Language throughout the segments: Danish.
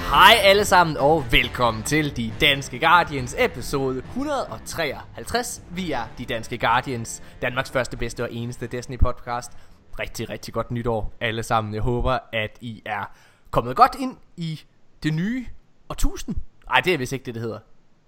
Hej alle sammen og velkommen til De Danske Guardians episode 153. Vi er De Danske Guardians, Danmarks første, bedste og eneste Destiny podcast. Rigtig godt nytår alle sammen. Jeg håber at I er kommet godt ind i det nye årtusind. Ej, det er vist ikke det hedder.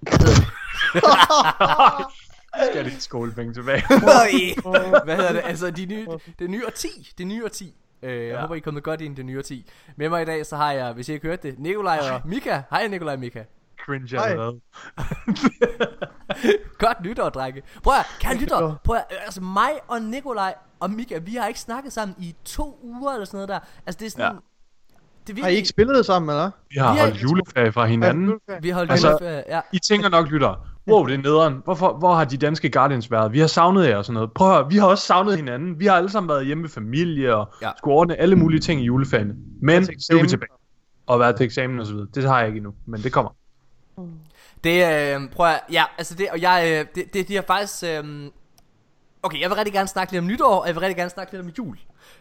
Skal jeg lidt skolepenge tilbage? Hvad hedder det? Altså det nye årti. Jeg håber I er kommet godt ind i det nye årti. Med mig i dag så har jeg, hvis I ikke hørt det, Nikolaj og Mika. Hej Nikolaj og Mika. Cringe allerede. Godt nytår, drenge. Prøv at, kære lytter, altså mig og Nikolaj og Mika, vi har ikke snakket sammen i 2 uger eller sådan noget der. Altså det er sådan det er virkelig... Har I ikke spillet sammen, eller? Vi har holdt juleferie fra hinanden. Vi har holdt juleferie, ja. I tænker nok, lytter, wow, det er nederen. Hvor har de danske Guardians været? Vi har savnet jer og sådan noget. Prøv at høre, vi har også savnet hinanden. Vi har alle sammen været hjemme med familie og skulle ordne alle mulige ting i juleferien. Men så er vi tilbage. Og været til eksamen og så videre. Det har jeg ikke endnu, men det kommer. Det, prøv at, ja, altså det, og jeg, det er faktisk, okay, jeg vil rigtig gerne snakke lidt om nytår, og jeg vil rigtig gerne snakke lidt om jul.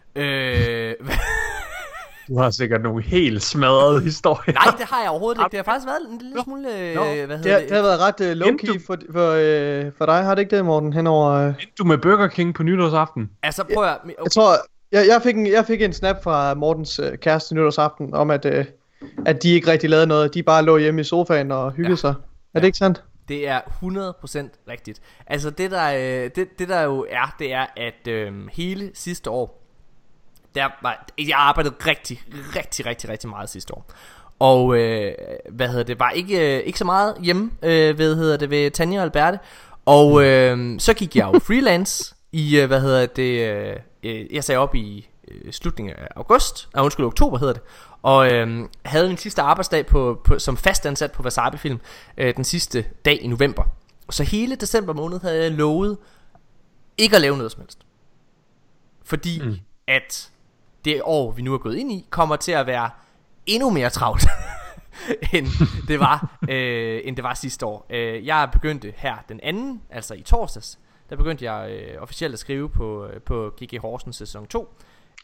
Du har sikkert nogle helt smadrede historier. Nej, det har jeg overhovedet ikke. Det har faktisk været en lille smule, det har været ret low-key for dig, har det ikke det, Morten, henover... Endte du med Burger King på nytårsaften? Altså, prøv at... Okay. Jeg tror, jeg fik en snap fra Mortens kæreste nytårsaften, om at de ikke rigtig lavede noget. De bare lå hjemme i sofaen og hyggede sig. Er det ikke sandt? Det er 100% rigtigt. Altså, det der jo er, det er, at hele sidste år, jeg arbejdede rigtig meget sidste år. Og var ikke så meget hjemme ved Tanja og Alberte. Og så gik jeg jo freelance i jeg sagde op i slutningen af oktober hedder det. Og havde min sidste arbejdsdag som fastansat på Wasabi Film den sidste dag i november. Så hele december måned havde jeg lovet ikke at lave noget som helst. Fordi at det år vi nu er gået ind i kommer til at være endnu mere travlt end det var sidste år. Jeg begyndte her den anden, altså i torsdags. Der begyndte jeg officielt at skrive på GG Horsens sæson 2.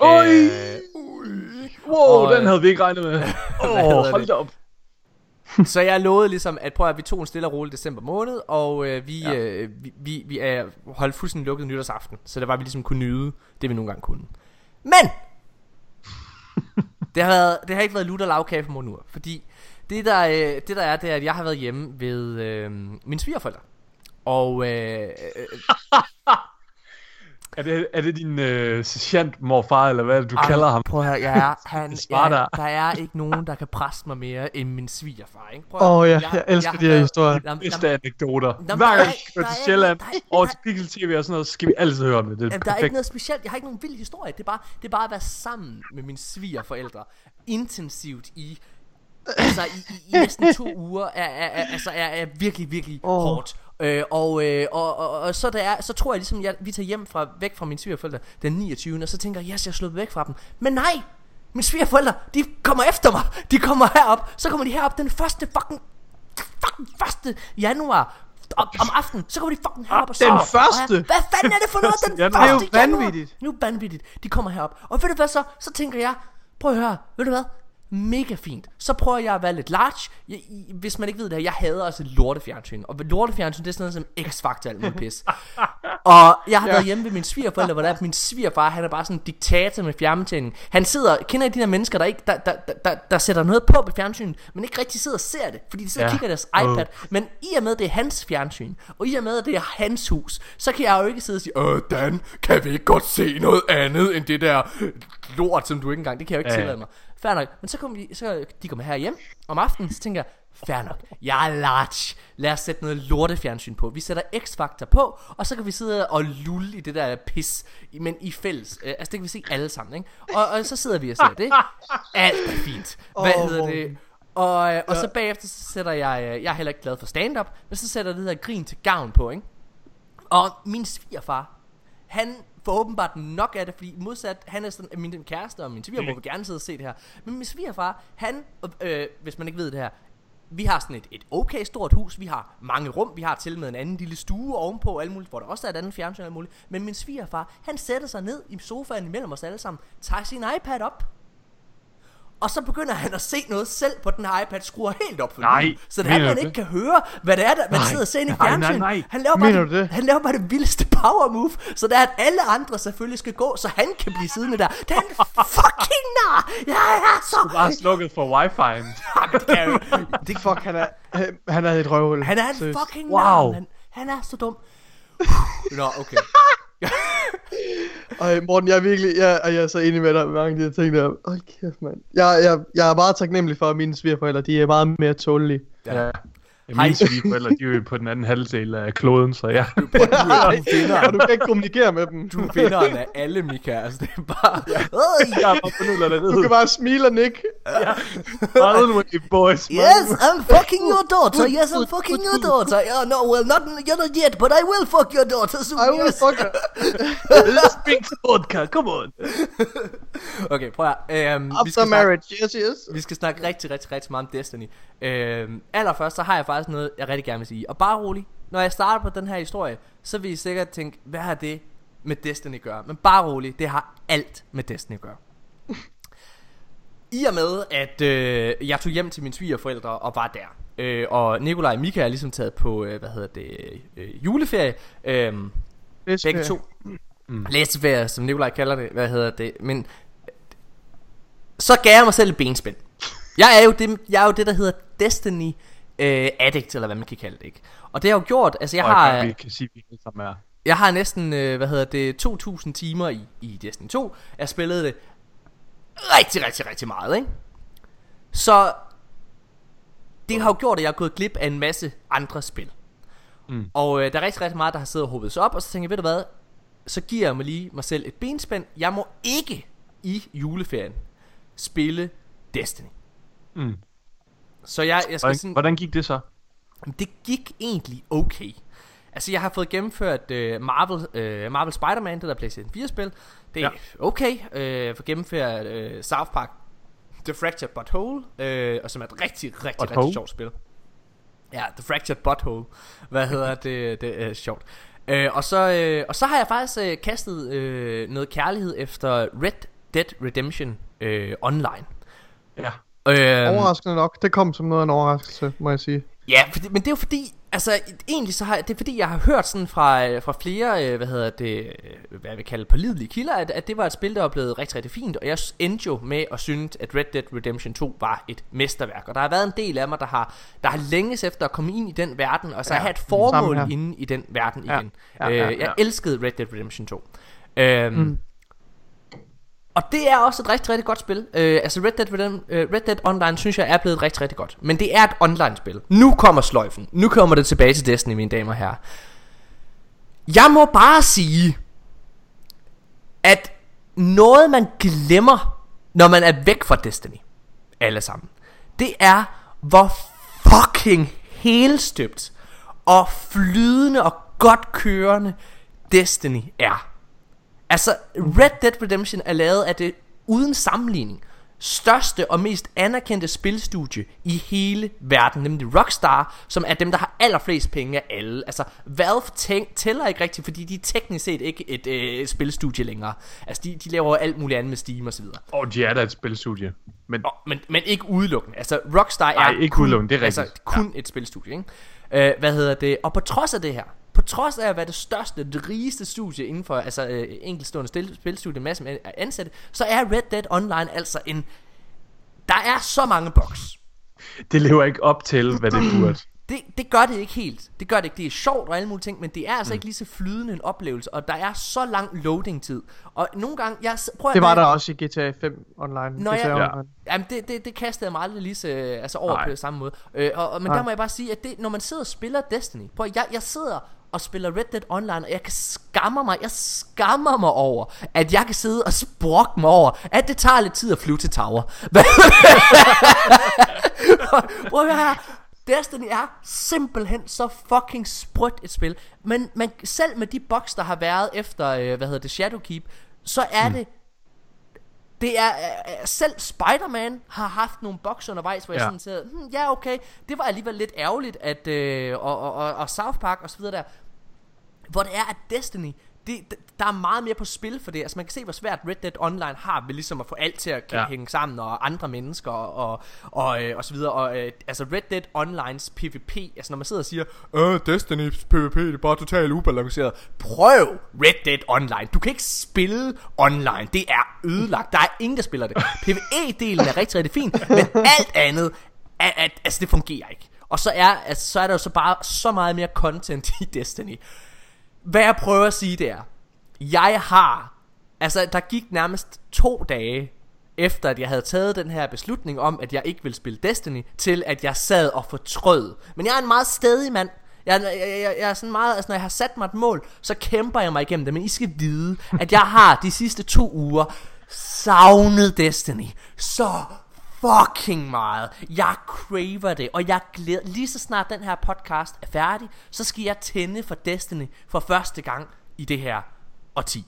Wow, den havde vi ikke regnet med. Hold da op. Så jeg lovede ligesom at vi tog en stille og rolig december måned. Og vi holdt fuldstændig lukket nytårsaften. Så det var vi ligesom kunne nyde det vi nogle gange kunne. Men det har ikke været lutter lavkage for Monur. Fordi det der er, det er at jeg har været hjemme ved mine svigerforældre. Og Er det din sergeant morfar, eller hvad du kalder ham? Prøv at høre, der er ikke nogen, der kan presse mig mere end min svigerfar, ikke? Jeg elsker de her historier. Bedste anekdoter. Hver gang vi kører til Sjælland, over til Pixel TV og sådan noget, så skal vi altid høre om det. Det er der er ikke noget specielt, jeg har ikke nogen vild historie. Det er bare at være sammen med mine svigerforældre intensivt i næsten 2 uger er virkelig hårdt. Og så tror jeg ligesom vi tager hjem væk fra mine svigerforældre den 29. Og så tænker jeg, jeg er slået væk fra dem. Men nej, mine svigerforældre, de kommer efter mig. De kommer herop. Så kommer de herop den første fucking 1. januar om aftenen. Så kommer de fucking herop og så den første? Hvad fanden er det for noget? Den 1. januar. Det er jo vanvittigt. De kommer herop. Og ved du hvad så tænker jeg, prøv at høre, ved du hvad? Mega fint. Så prøver jeg at være lidt large. Hvis man ikke ved det her, jeg hader også lortefjernsyn. Og lortefjernsyn, det er sådan noget som X-Factor alt muligt pis. Og jeg har været hjemme ved mine svigerforældre, hvor der er min svigerfar, han er bare sådan en diktator med fjernbetjening. Han sidder, kender I de der mennesker, der sætter noget på fjernsynet, men ikke rigtig sidder og ser det, fordi de sidder og kigger deres iPad. Men i og med det er hans fjernsyn, og i og med det er hans hus, så kan jeg jo ikke sidde og sige, Dan, kan vi ikke godt se noget andet end det der lort, som du ikke engang, det kan jeg jo ikke tillade mig. Fair nok. Men så de kommer her hjem om aftenen, så tænker jeg, fair nok, jeg er large. Lad os sætte noget lortefjernsyn på. Vi sætter X-Factor på, og så kan vi sidde og lulle i det der pis, men i fælles. Altså det kan vi se alle sammen, ikke? Og så sidder vi og ser det. Alt er fint. Hvad hedder det? Og så bagefter så sætter jeg er heller ikke glad for stand-up, men så sætter det der grin til gavn på, ikke? Og min svigerfar, han får åbenbart nok af det, fordi modsat, han er sådan, min kæreste og min svigermor vil gerne sidde og se det her. Men min svigerfar, han, hvis man ikke ved det her, vi har sådan et okay stort hus, vi har mange rum, vi har til med en anden lille stue ovenpå, alt muligt, hvor der også er et andet fjernsyn og alt muligt. Men min svigerfar, han sætter sig ned i sofaen imellem os alle sammen, tager sin iPad op, Og så begynder han at se noget selv på den her iPad, skruer helt op for lyden, så det man ikke kan høre, hvad det er, der man sidder og ser ind i fjernsyn. Han laver bare det vildeste power move, så der at alle andre selvfølgelig skal gå, så han kan blive siddende der. Den fucking nar! Jeg er så... Du bare slukket for wifi'en. Fuck, han er et røvhul. Han er en fucking nar, han er så dum. Nå, okay. Ej, Morten, jeg er virkelig, jeg er så enig med dig med mange af de her ting der. Hold kæft, mand. Jeg er meget taknemmelig for, at mine svigerforældre, de er meget mere tålige. Ja. Mine svigerforældre, de er jo på den anden halvdel af kloden, så ja. Og du kan ikke kommunikere med dem. Du finder af alle, Mika. Altså, det er bare... Du kan bare smile og nikke. Boys. Yes, I'm fucking your daughter. Yes, I'm fucking your daughter. Yeah, no, well, you're not yet, but I will fuck your daughter soon. I will fuck her. Let's drink some vodka, come on. Okay, prøv at after marriage, yes. Vi skal snakke rigtig meget om Destiny. Allerførst, så har jeg faktisk noget, jeg rigtig gerne vil sige. Og bare rolig, når jeg starter på den her historie, så vil I sikkert tænke, hvad har det med Destiny at gøre? Men bare rolig, det har alt med Destiny at gøre. I og med, at jeg tog hjem til mine svigerforældre og var der, og Nikolaj og Mika er ligesom taget på, juleferie. Begge to. Læseferie, som Nikolaj kalder det, men så gav jeg mig selv et benspænd. Jeg er jo det, der hedder Destiny addict, eller hvad man kan kalde det, ikke? Og det har jo gjort, altså vi kan sige, vi er. Jeg har næsten 2.000 timer i Destiny 2. Jeg spillede det rigtig meget, ikke? Så det har jo gjort, at jeg er gået glip af en masse andre spil. Og der er rigtig meget, der har siddet og håbet sig op. Og så tænker jeg, ved du hvad, så giver jeg mig selv et benspænd. Jeg må ikke i juleferien spille Destiny. Så jeg skal sådan... Hvordan gik det så? Det gik egentlig okay. Altså jeg har fået gennemført Marvel Spider-Man, det der PlayStation 4 spil. Det er okay. Jeg får gennemført South Park The Fractured But Whole, og som er et rigtig sjovt spil. Ja, The Fractured But Whole. Hvad hedder det? Det er sjovt. Og så har jeg faktisk kastet noget kærlighed efter Red Dead Redemption Online. Ja. Overraskende nok. Det kom som noget af en overraskelse, må jeg sige. Ja, men det er jo fordi, altså egentlig så har det er fordi jeg har hørt sådan fra flere, hvad jeg vil kalde pålidelige kilder, at det var et spil, der var blevet rigtig fint, og jeg endte jo med at synes, at Red Dead Redemption 2 var et mesterværk, og der har været en del af mig, der har længes efter at komme ind i den verden, og så have et formål inde i den verden igen. Jeg elskede Red Dead Redemption 2. Og det er også et rigtig godt spil. Altså Red Dead Online synes jeg er blevet rigtig godt. Men det er et online spil. Nu kommer sløjfen. Nu kommer det tilbage til Destiny, mine damer og herrer. Jeg må bare sige, at noget man glemmer, når man er væk fra Destiny, alle sammen, det er hvor fucking helstøbt og flydende og godt kørende Destiny er. Altså Red Dead Redemption er lavet af det uden sammenligning største og mest anerkendte spilstudie i hele verden, nemlig Rockstar, som er dem, der har allerflest penge af alle. Altså Valve tæller ikke rigtigt, fordi de er teknisk set ikke et spilstudie længere. Altså de laver alt muligt andet med Steam og så videre. De er da et spilstudie, men ikke udelukkende. Altså Rockstar er ikke kun, udelukkende, det er rigtigt. Altså kun et spilstudie, ikke? Og på trods af det her, på trods af at være det største, det rigeste studie inden for enkeltstående spilstudie, masse med ansatte, så er Red Dead Online altså der er så mange bugs. Det lever ikke op til, hvad det burde. Det gør det ikke helt. Det gør det ikke. Det er sjovt og alle mulige ting, men det er altså ikke lige så flydende en oplevelse, og der er så lang loading tid. Og nogle gange det var der også i GTA 5 online. Jamen det kastede jeg mig aldrig lige så over på samme måde. Men der må jeg bare sige, at når man sidder og spiller Destiny, jeg sidder og spiller Red Dead Online, og jeg skammer mig over, at jeg kan sidde og sprokke mig over, at det tager lidt tid at flyve til Tower. Prøv at høre her. Destiny er simpelthen så fucking sprødt et spil. Men selv med de bugs, der har været efter Shadowkeep, så er det er selv Spider-Man har haft nogle bugs undervejs, hvor jeg sådan sagde, ja okay, det var alligevel lidt ærgerligt, at og South Park og så videre der, hvor det er at Destiny, der er meget mere på spil for det. Altså man kan se, hvor svært Red Dead Online har ved ligesom at få alt til at hænge sammen, og andre mennesker og så videre. Og altså Red Dead Onlines PvP, altså når man sidder og siger Destiny's PvP, det er bare totalt ubalanceret. Prøv Red Dead Online. Du kan ikke spille online. Det er ødelagt. Der er ingen, der spiller det. PvE-delen er rigtig, rigtig fin, men alt andet altså det fungerer ikke. Og så er der jo så bare så meget mere content i Destiny. Hvad jeg prøver at sige, det er, der gik nærmest 2 dage efter at jeg havde taget den her beslutning om at jeg ikke ville spille Destiny, til at jeg sad og fortrød. Men jeg er en meget stædig mand. Jeg er sådan meget, altså når jeg har sat mig et mål, så kæmper jeg mig igennem det. Men I skal vide, at jeg har de sidste 2 uger savnet Destiny så fucking meget. Jeg craver det, og jeg glæder. Lige så snart den her podcast er færdig, så skal jeg tænde for Destiny for første gang i det her årti.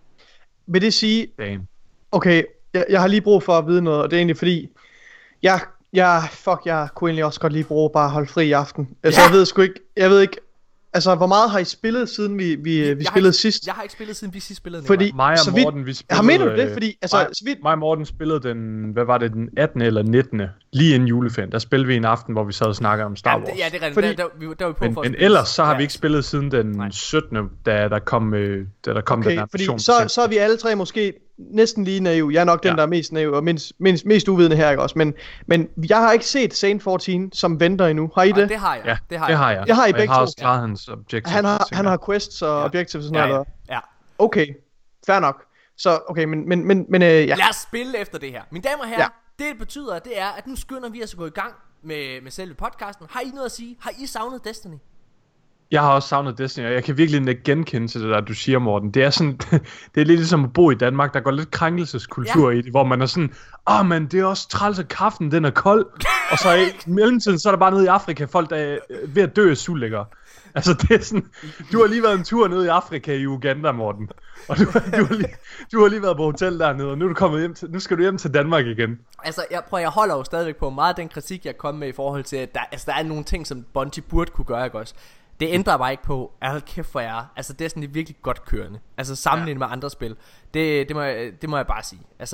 Vil det sige, okay, jeg har lige brug for at vide noget, og det er egentlig fordi jeg kunne egentlig også godt lige bruge bare at holde fri i aften. Altså jeg ved ikke, altså hvor meget har I spillet siden vi spillede sidst? Jeg har ikke spillet siden vi sidst spillede. Fordi mig og Morten vi spillede. Mener du det? Fordi altså mig og Morten spillede den 18. eller 19. lige inden juleferien. Der spillede vi en aften, hvor vi sad og snakkede om Star Wars. Ja, det er rigtigt. Der var vi på men ellers så har vi ikke spillet siden den 17. da der kom den her version. Så er vi alle tre måske næsten lige naiv. Jeg er nok den der er mest naiv og mest uvidende her, ikke også? Men jeg har ikke set Saint 14, som venter endnu. Har I det? Det har jeg. Det har jeg. Jeg har I begge to. Jeg har også klaret hans objectives. Han har quests og objectives og sådan noget. Ja. Okay, fair nok. Så okay, men Lad os spille efter det her. Mine damer og herrer, det betyder, det er, at nu skynder vi os at gå i gang med selve podcasten. Har I noget at sige? Har I savnet Destiny? Jeg har også savnet Destiny, og jeg kan virkelig ikke genkende til det der, du siger, Morten. Det er sådan, det er lidt ligesom at bo i Danmark. Der går lidt krænkelseskultur i det, hvor man er sådan, men det er også træls, at kaffen den er kold. Og så i mellemtiden, så er der bare nede i Afrika folk, der er ved at dø af sult, ikke? Altså det er sådan, du har lige været en tur nede i Afrika i Uganda, Morten. Og du har lige været på hotel dernede, og nu er du kommet hjem nu skal du hjem til Danmark igen. Altså jeg holder jo stadigvæk på meget den kritik, jeg kom med i forhold til, at der er nogle ting, som Bungie burde kunne gøre, ikke også? Det ændrer bare ikke på, hold kæft for jer. Altså det er sådan virkelig godt kørende. Altså sammenlignet med andre spil. Det må jeg bare sige. Altså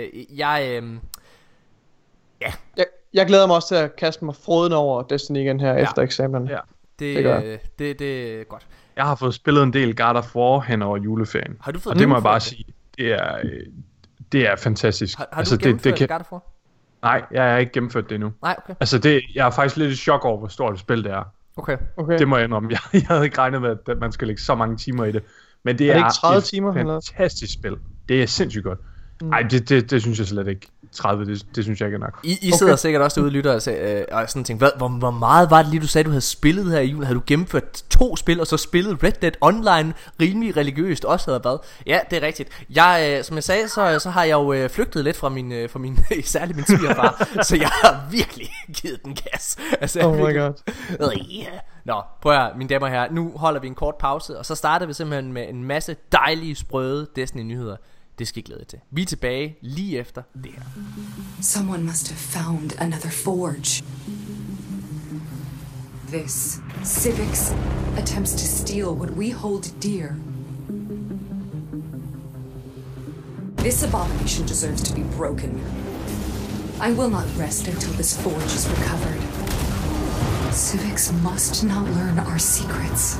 jeg glæder mig også til at kaste mig frodende over Destiny igen her efter eksamen. Ja. Det er godt. Jeg har fået spillet en del God of War hen over juleferien. Har du fået og det må jeg bare sige, det er fantastisk. Har du gennemført God of War? Nej, jeg har ikke gennemført det endnu. Nej, okay. Altså jeg er faktisk lidt i chok over, hvor stort et spil det er. Okay. Det må jeg indrømme. Jeg havde ikke regnet med, at man skal lægge så mange timer i det. Men det er ikke 30 timer, fantastisk spil. Det er sindssygt godt. Nej, det synes jeg slet ikke. 30, det synes jeg ikke er nok. I sidder sikkert også derude, lytter, og sådan tænker, hvor meget var det lige, du sagde, du havde spillet her i jul? Havde du gennemført 2 spil, og så spillet Red Dead Online rimelig religiøst også, havde hvad? Ja, det er rigtigt. Som jeg sagde, så har jeg jo flygtet lidt fra min særligt min svigerfar, så jeg har virkelig givet den gas. Altså, oh my god. Nå, prøv at mine damer og herrer, nu holder vi en kort pause, og så starter vi simpelthen med en masse dejlige, sprøde Destiny-nyheder. Det skal I glæde til. Vi er tilbage lige efter det her. Someone must have found another forge. This Civix attempts to steal what we hold dear. This abomination deserves to be broken. I will not rest until this forge is recovered. Civix must not learn our secrets.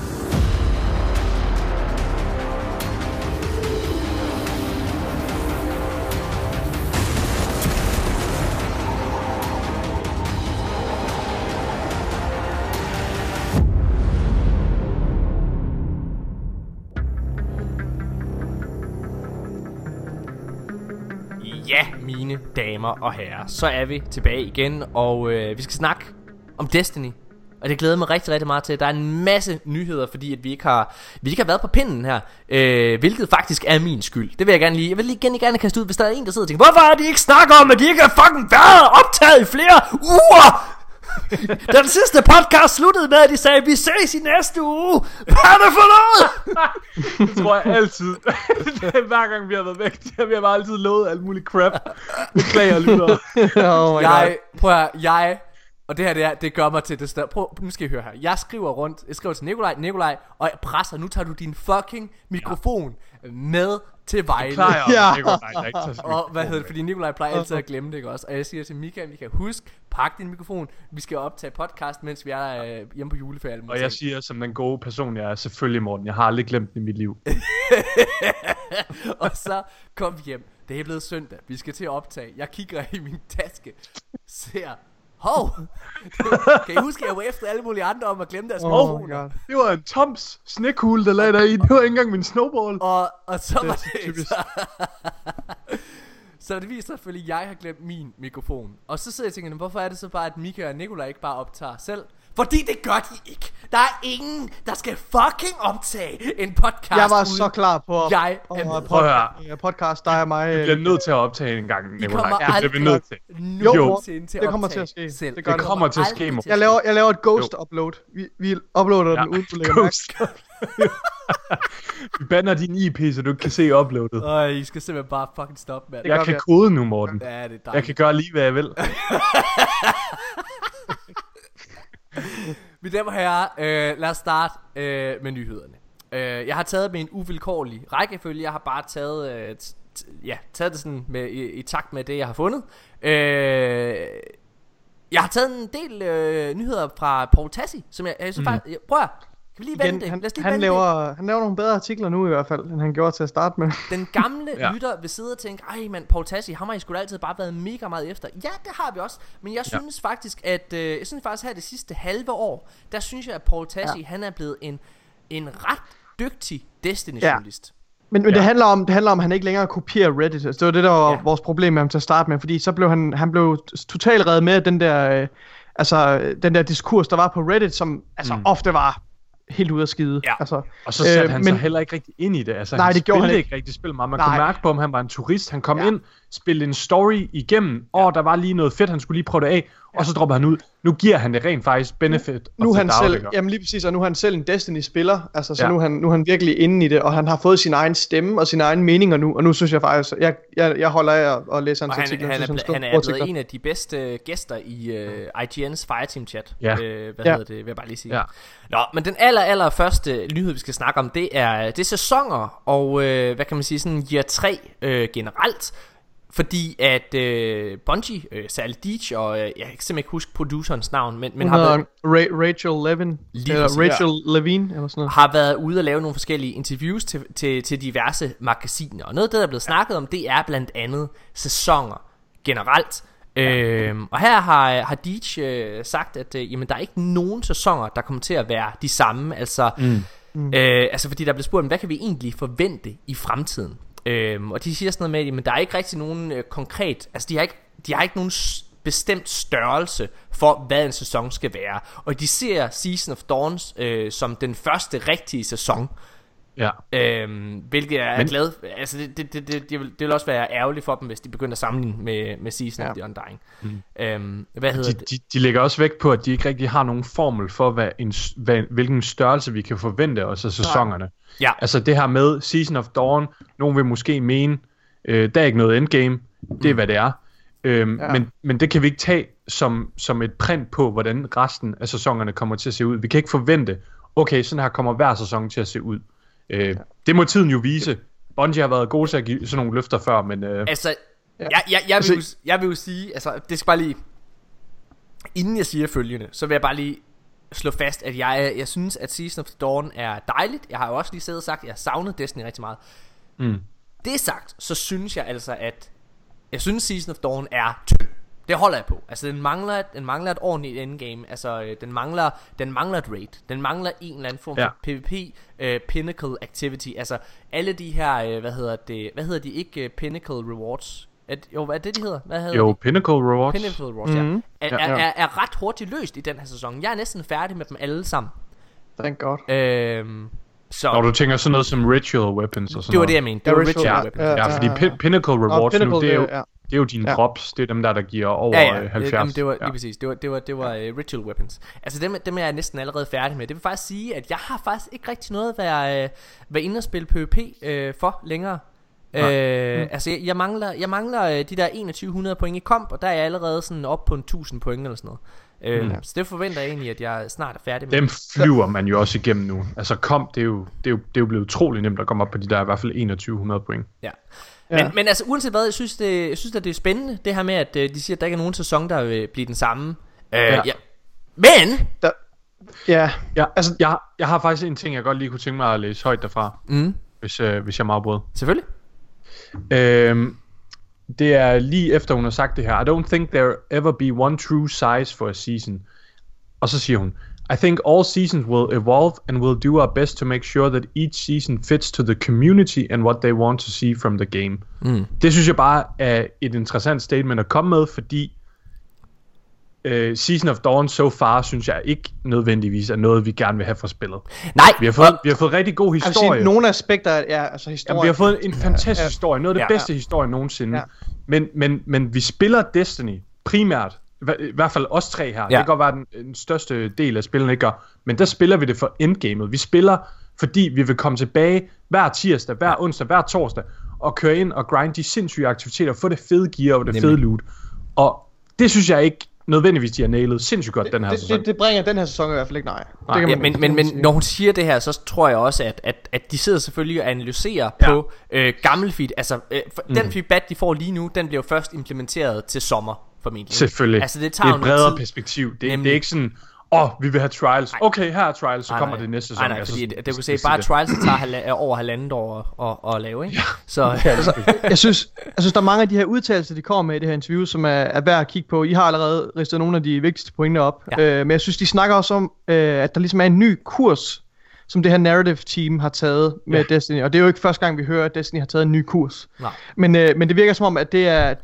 Ja, mine damer og herrer, så er vi tilbage igen, og vi skal snakke om Destiny. Og det glæder mig rigtig, rigtig meget til. Der er en masse nyheder, fordi at vi ikke har været på pinden her, hvilket faktisk er min skyld. Det vil jeg vil lige gerne kaste ud, hvis der er en, der sidder og tænker, hvorfor har de ikke snakket om, at de ikke har fucking været optaget i flere uger? Den sidste podcast sluttede med, at de sagde, vi ses i næste uge. Hvad er det for noget? Det tror jeg altid. Hver gang vi har været væk, vi har bare altid lovet alt muligt crap. Beklager, lytter. Jeg Og det her, det gør mig til det større. Prøv, nu skal I høre her. Jeg skriver til Nikolaj, og jeg presser, nu tager du din fucking mikrofon med til Vejle. Og hvad hedder det, fordi Nikolaj plejer altid at glemme det, ikke også? Og jeg siger til Mika, vi kan huske, pak din mikrofon, vi skal optage podcast, mens vi er hjemme på juleferie. Og jeg siger, som den gode person, jeg er, selvfølgelig Morten, jeg har aldrig glemt den i mit liv. Og så kom vi hjem. Det er blevet søndag, vi skal til at optage. Jeg kigger i min taske, ser... Kan I huske, at jeg var efter alle mulige andre om at glemme deres mikrofoner? Det var en Toms snekugle, der lagde der i. Det var ikke engang min snowball. Og så var det så det viser selvfølgelig, at jeg har glemt min mikrofon. Og så sidder jeg og tænker, hvorfor er det så bare, at Mika og Nikolaj ikke bare optager selv? Fordi det gør de ikke. Der er ingen, der skal fucking optage en podcast. Jeg var så klar på podcast, der er mig. Vi bliver nødt til at optage en gang, Nikolaj. Det bliver vi nødt til. Det kommer til at ske. Det kommer til at ske. Jeg laver et ghost upload. Vi uploader den uden, du lægger mærke. Vi banner din IP, så du ikke kan se uploadet. I skal simpelthen bare fucking stoppe med det. Jeg kan kode nu, Morten. Ja, det er dejligt. Jeg kan gøre lige, hvad jeg vil. Mine damer og herrer, lad os starte med nyhederne. Jeg har taget med en uvilkårlig rækkefølge. Jeg har bare taget det sådan med, i takt med det, jeg har fundet. Jeg har taget en del nyheder fra Paul Tassi, som jeg synes faktisk... Prøv at... Kan vi lige vende det? Han laver nogle bedre artikler nu i hvert fald, end han gjorde til at starte med. Den gamle lytter vil sidde og tænke, ej mand, Paul Tassi, ham har I sgu da altid bare været mega meget efter. Ja, det har vi også. Men jeg synes faktisk, at her det sidste halve år, der synes jeg, at Paul Tassi, han er blevet en ret dygtig Destiny-journalist. Men det handler om, at han ikke længere kopierer Reddit. Det var det, der var vores problem med ham til at starte med. Fordi så blev han blev totalt reddet med den der, den der diskurs, der var på Reddit, som ofte var helt ude af skide. Ja. Altså, og så satte han så heller ikke rigtig ind i det. Altså, nej, det gjorde han ikke rigtig spillet meget. Man kunne mærke på, om han var en turist. Han kom ind, spillede en story igennem, og der var lige noget fedt, han skulle lige prøve det af, og så dropper han ud. Nu giver han det rent faktisk benefit. Nu er han selv, jamen lige præcis, og nu er han selv en Destiny-spiller, altså, så nu er han virkelig inde i det, og han har fået sin egen stemme og sine egne meninger nu, og nu synes jeg faktisk, jeg holder af at læse hans artikler. Han er blevet en af de bedste gæster i IGN's Fireteam-chat, vil jeg bare lige sige. Ja. Nå, men den aller første nyhed, vi skal snakke om, det er sæsoner, og hvad kan man sige, sådan year 3 generelt. Fordi at Bungie, Sally Deitch og jeg kan simpelthen ikke huske producerens navn, men har været Rachel Levin eller Levine eller sådan noget, har været ude og lave nogle forskellige interviews til diverse magasiner. Og noget af det, der er blevet snakket om, det er blandt andet sæsoner generelt. Og her har Deitch sagt, at jamen, der er ikke nogen sæsoner, der kommer til at være de samme. Altså, altså fordi der blev spurgt, hvad kan vi egentlig forvente i fremtiden? Og de siger sådan noget med, men der er ikke rigtig nogen konkret, altså de har ikke nogen bestemt størrelse for, hvad en sæson skal være. Og de ser Season of Dawn som den første rigtige sæson. Ja. Hvilket jeg er glad. Altså det vil også være ærgerligt for dem, hvis de begynder at sammenligne med Season of the Undying. Hvad hedder det? De lægger også vægt på, at de ikke rigtig har nogen formel for hvilken størrelse vi kan forvente os af sæsonerne. Ja. Altså det her med Season of Dawn, nogen vil måske mene, der er ikke noget endgame. Det er hvad det er. Men det kan vi ikke tage som et print på, hvordan resten af sæsonerne kommer til at se ud. Vi kan ikke forvente, okay, sådan her kommer hver sæson til at se ud. Det må tiden jo vise. Bungie har været gode til at give sådan nogle løfter før, men altså jeg vil jo sige, altså det skal bare lige, inden jeg siger følgende, så vil jeg bare lige slå fast, at jeg synes, at Season of the Dawn er dejligt. Jeg har jo også lige siddet og sagt, at jeg har savnet Destiny rigtig meget. Det sagt, så synes jeg altså, at jeg synes Season of Dawn er tynd. Det holder jeg på. Altså den mangler et ordentligt endgame. Altså den mangler et raid. Den mangler en eller anden form for PvP pinnacle activity. Altså alle de her hvad hedder de ikke pinnacle rewards? Hvad er det de hedder? Hvad hedder de? Pinnacle rewards. Pinnacle rewards, er ret hurtigt løst i den her sæson. Jeg er næsten færdig med dem alle sammen. Thank God. Så når du tænker sådan noget som ritual weapons og sådan noget. Det var det jeg mente. Det var ritual weapons. Ja, fordi pinnacle rewards nu, det er jo dine drops. Det er dem der giver over 70. Det var lige præcis. Det var ritual weapons. Altså dem er jeg næsten allerede færdig med. Det vil faktisk sige, at jeg har faktisk ikke rigtig noget at være inde og spille PvP for længere. Altså jeg mangler de der 2100 point i komp, og der er jeg allerede sådan op på 1000 point eller sådan noget. Så det forventer jeg egentlig, at jeg snart er færdig med. Dem flyver man jo også igennem nu. Altså komp, det er jo blevet utrolig nemt at komme op på de der i hvert fald 2100 point. Ja. Men altså uanset hvad, jeg synes at det er spændende, det her med at de siger, at der ikke er nogen sæson, der vil blive den samme. Men altså jeg har faktisk en ting, jeg godt lige kunne tænke mig at læse højt derfra, hvis jeg må afbryde. Selvfølgelig. Det er lige efter hun har sagt det her. I don't think there ever be one true size for a season. Og så siger hun, I think all seasons will evolve and we'll do our best to make sure that each season fits to the community and what they want to see from the game. Det synes jeg bare er et interessant statement at komme med, fordi Season of Dawn so far synes jeg ikke nødvendigvis er noget vi gerne vil have fra spillet. Nej, vi har fået rigtig god historie. Altså, nogle aspekter altså historie. Jamen, vi har fået en fantastisk historie, noget af det bedste historie nogensinde. Men vi spiller Destiny primært, i hvert fald os tre her. Det kan godt være den største del af spillet ikke gør, men der spiller vi det for endgamet. Vi spiller fordi vi vil komme tilbage hver tirsdag, hver onsdag, hver torsdag og køre ind og grinde de sindssyge aktiviteter, få det fede gear og det fede loot. Og det synes jeg ikke nødvendigvis de har nailet sindssygt godt den her sæson. Det bringer den her sæson i hvert fald ikke, nej. Men når hun siger det her, så tror jeg også at de sidder selvfølgelig og analyserer på gammel feed. Altså den feedback de får lige nu, den bliver jo først implementeret til sommer formentlig. Selvfølgelig. Altså det er et bredere perspektiv. Det er ikke sådan vi vil have trials. Okay, her er trials, så kommer det næste sæson. Nej, fordi det kan sige bare trials tager over halvandet år at lave, ikke? Så jeg synes der er mange af de her udtalelser de kommer med i det her interview, som er værd at kigge på. I har allerede ristet nogle af de vigtigste pointer op. Men jeg synes de snakker også om at der ligesom er en ny kurs, som det her narrative team har taget med Destiny. Og det er jo ikke første gang vi hører at Destiny har taget en ny kurs. Men det virker som om at det er